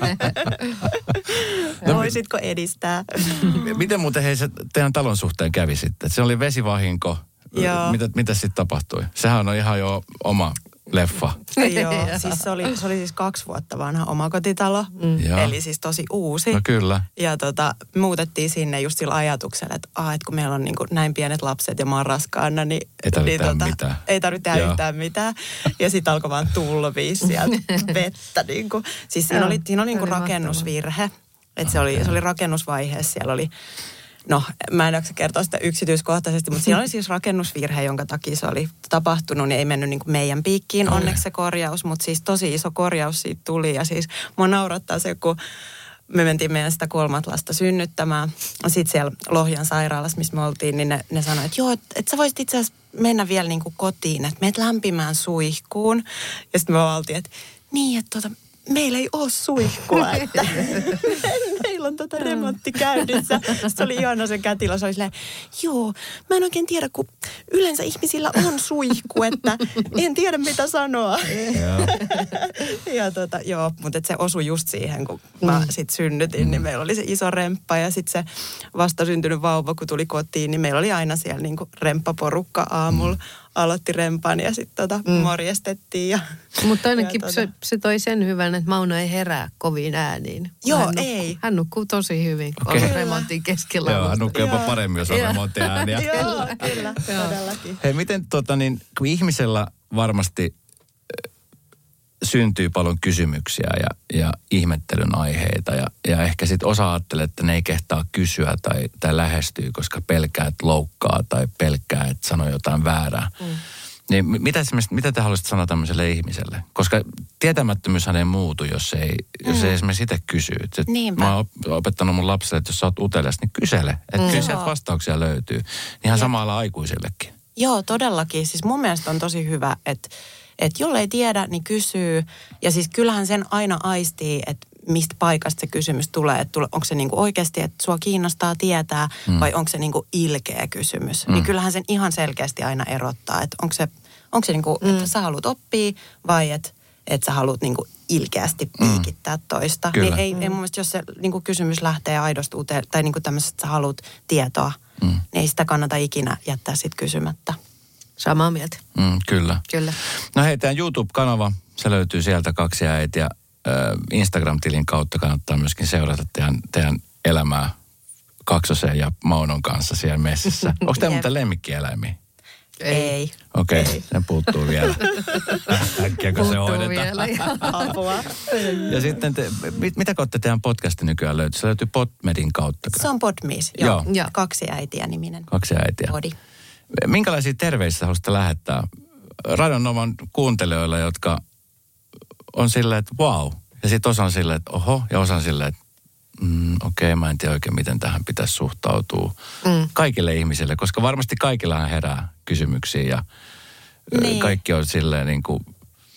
no, voisitko edistää? Miten muuten hei se teidän talon suhteen kävi sitten? Se oli vesivahinko. Joo. Mitä, mitä sitten tapahtui? Sehän on ihan jo oma leffa. Joo, siis se oli, se oli siis kaksi vuotta vanha omakotitalo, mm. eli siis tosi uusi. No kyllä. Ja tota, muutettiin sinne just sillä ajatuksella, että, ah, että kun meillä on niin kuin näin pienet lapset ja mä oon raskaana, niin ei tarvitse niin, tota, mitään. Ei tarvitse tehdä yhtään mitään. Ja sitten alkoi vaan tulvia sieltä vettä. Niin kuin. Siis siinä oli, siinä oli niin kuin rakennusvirhe. Että se oli, se oli rakennusvaiheessa, siellä oli... No, mä en jaksa kertoa sitä yksityiskohtaisesti, mutta siinä oli siis rakennusvirhe, jonka takia se oli tapahtunut, niin ei mennyt niin kuin meidän piikkiin okay. onneksi se korjaus, mutta siis tosi iso korjaus siitä tuli. Ja siis mua naurattaa se, kun me mentiin meidän sitä kolmat lasta synnyttämään. Sitten siellä Lohjan sairaalassa, missä me oltiin, niin ne, ne sanoi, että joo, että et sä voisit itse asiassa mennä vielä niin kuin kotiin, että meet lämpimään suihkuun. Ja sitten me oltiin, että niin, että tota... meillä ei ole suihkua, että meillä on tota remontti käynnissä. Se oli ihana se kätilö, se oli silleen, joo, mä en oikein tiedä, kun yleensä ihmisillä on suihku, että en tiedä mitä sanoa. ja tota, joo, mutta se osui just siihen, kun mä sit synnytin, niin meillä oli se iso remppa ja sitten se vastasyntynyt vauva, kun tuli kotiin, niin meillä oli aina siellä niinku remppaporukka aamulla. Aloitti rempan ja sitten tota mm. morjestettiin. Ja, mutta ainakin ja, se, tota... se toi sen hyvän, että Mauno ei herää kovin ääniin. Joo, hän ei. Nukkuu, hän nukkuu tosi hyvin, kun okay. on remontin keskellä. Joo, hän nukkuu jopa paremmin, jos on remontin ääniä. Joo, kyllä, todellakin. Hei, miten tota niin, kun ihmisellä varmasti syntyy paljon kysymyksiä ja, ja ihmettelyn aiheita ja, ja ehkä sitten osa ajattelee, että ne ei kehtaa kysyä tai, tai lähestyy, koska pelkää, että loukkaa tai pelkää, että sanoo jotain väärää. Mm. Niin mitä, mitä te haluaisitte sanoa tämmöiselle ihmiselle? Koska tietämättömyyshän ei muutu, jos ei, mm. jos ei esimerkiksi itse kysy. Mä oon opettanut mun lapsille, että jos sä oot utelias, niin kysele. Että mm. kyllä sieltä vastauksia löytyy. Ihan samalla aikuisillekin. Joo, todellakin. Siis mun mielestä on tosi hyvä, että Että jollei tiedä, niin kysyy. Ja siis kyllähän sen aina aistii, että mistä paikasta se kysymys tulee. Että onko se niinku oikeasti, että sua kiinnostaa tietää, mm. vai onko se niinku ilkeä kysymys. Mm. Niin kyllähän sen ihan selkeästi aina erottaa, että onko se, onko se niinku, mm. että sä haluat oppia, vai että että sä haluat niinku ilkeästi piikittää toista. Kyllä. Niin ei, ei mun mielestä, jos se niinku kysymys lähtee aidosti uuteen, tai niinku tämmöisestä, että sä haluat tietoa, mm. niin ei sitä kannata ikinä jättää sit kysymättä. Samaa mieltä. Mm, kyllä. Kyllä. No hei, tämän YouTube-kanava, se löytyy sieltä Kaksi äitiä. Instagram-tilin kautta kannattaa myöskin seurata teidän, teidän elämää Kaksosen ja Maunon kanssa siellä messissä. Onko tämä muuten lemmikkieläimiä? Ei. Okei, okay, se puuttuu vielä. Äkkiäkö se hoidetaan? Apua. Ja sitten, te, mit, mitä kautta teidän podcasti nykyään löytyy? Se löytyy Podmedin kautta. Se on Podmis, joo. joo. Kaksi äitiä niminen. Kaksi äitiä. Podi. Minkälaisia terveisiä haluaisitte lähettää Radionovan kuuntelijoille, jotka on silleen, että vau. Wow. Ja sitten osa on silleen, että oho. Ja osa on silleen, että mm, okei, okay, mä en tiedä oikein, miten tähän pitäisi suhtautua. Mm. Kaikille ihmisille, koska varmasti kaikillahan herää kysymyksiä. Ja niin. Kaikki on silleen niin kuin,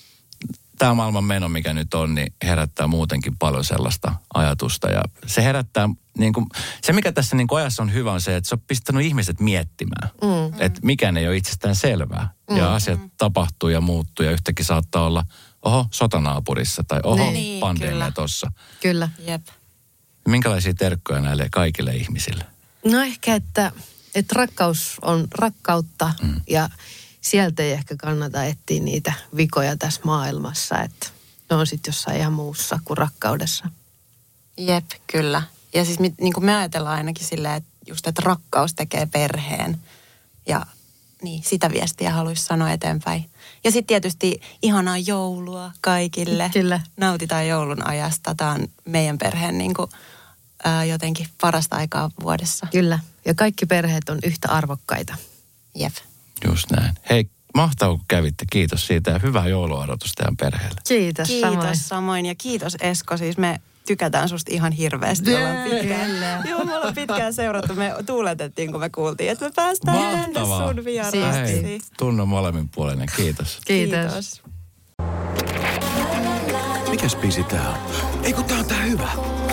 tämä maailman meno, mikä nyt on, niin herättää muutenkin paljon sellaista ajatusta. Ja se herättää, niin kuin, se mikä tässä niin kuin ajassa on hyvä on se, että se on pistänyt ihmiset miettimään. Mm. Että mikään ei ole itsestään selvää. Mm. Ja asiat mm. tapahtuu ja muuttuu ja yhtäkkiä saattaa olla, oho, sotanaapurissa tai oho, niin, pandemia tossa. Kyllä. Jep. Minkälaisia terkkoja näille kaikille ihmisille? No ehkä, että, että rakkaus on rakkautta mm. ja sieltä ei ehkä kannata etsiä niitä vikoja tässä maailmassa, että ne on sitten jossain ihan muussa kuin rakkaudessa. Jep, kyllä. Ja siis niin kuin me ajatellaan ainakin silleen, että just, että rakkaus tekee perheen ja niin, sitä viestiä haluaisi sanoa eteenpäin. Ja sitten tietysti ihanaa joulua kaikille. Kyllä. Nautitaan joulun ajasta. Tämä on meidän perheen niin kuin, ää, jotenkin parasta aikaa vuodessa. Kyllä. Ja kaikki perheet on yhtä arvokkaita. Jep. Just näin. Hei, mahtavaa kun kävitte. Kiitos siitä ja hyvää jouluodotus teidän perheelle. Kiitos, Kiitos samoin. samoin. Ja kiitos Esko. Siis me tykätään susta ihan hirveästi. Me ollaan pitkään, joo, me ollaan pitkään seurattu. Me tuuletettiin, kun me kuultiin, että me päästään tänne sun vieraaksi. Hei, tunnon molemmin puolinen. Kiitos. Kiitos. Kiitos. Mikäs biisi tää on? Ei kun tää on tää hyvä.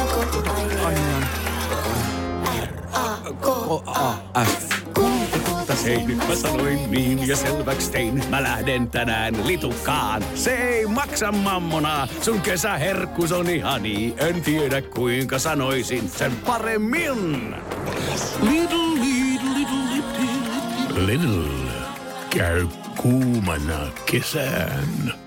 Hei, nyt mä sanoin niin ja selväks tein. Mä lähden tänään litukkaan. Se ei maksa mammonaa. Sun kesäherkkus on ihani. En tiedä kuinka sanoisin sen paremmin. Little, little, little, little, little. Käy kuumana kesään.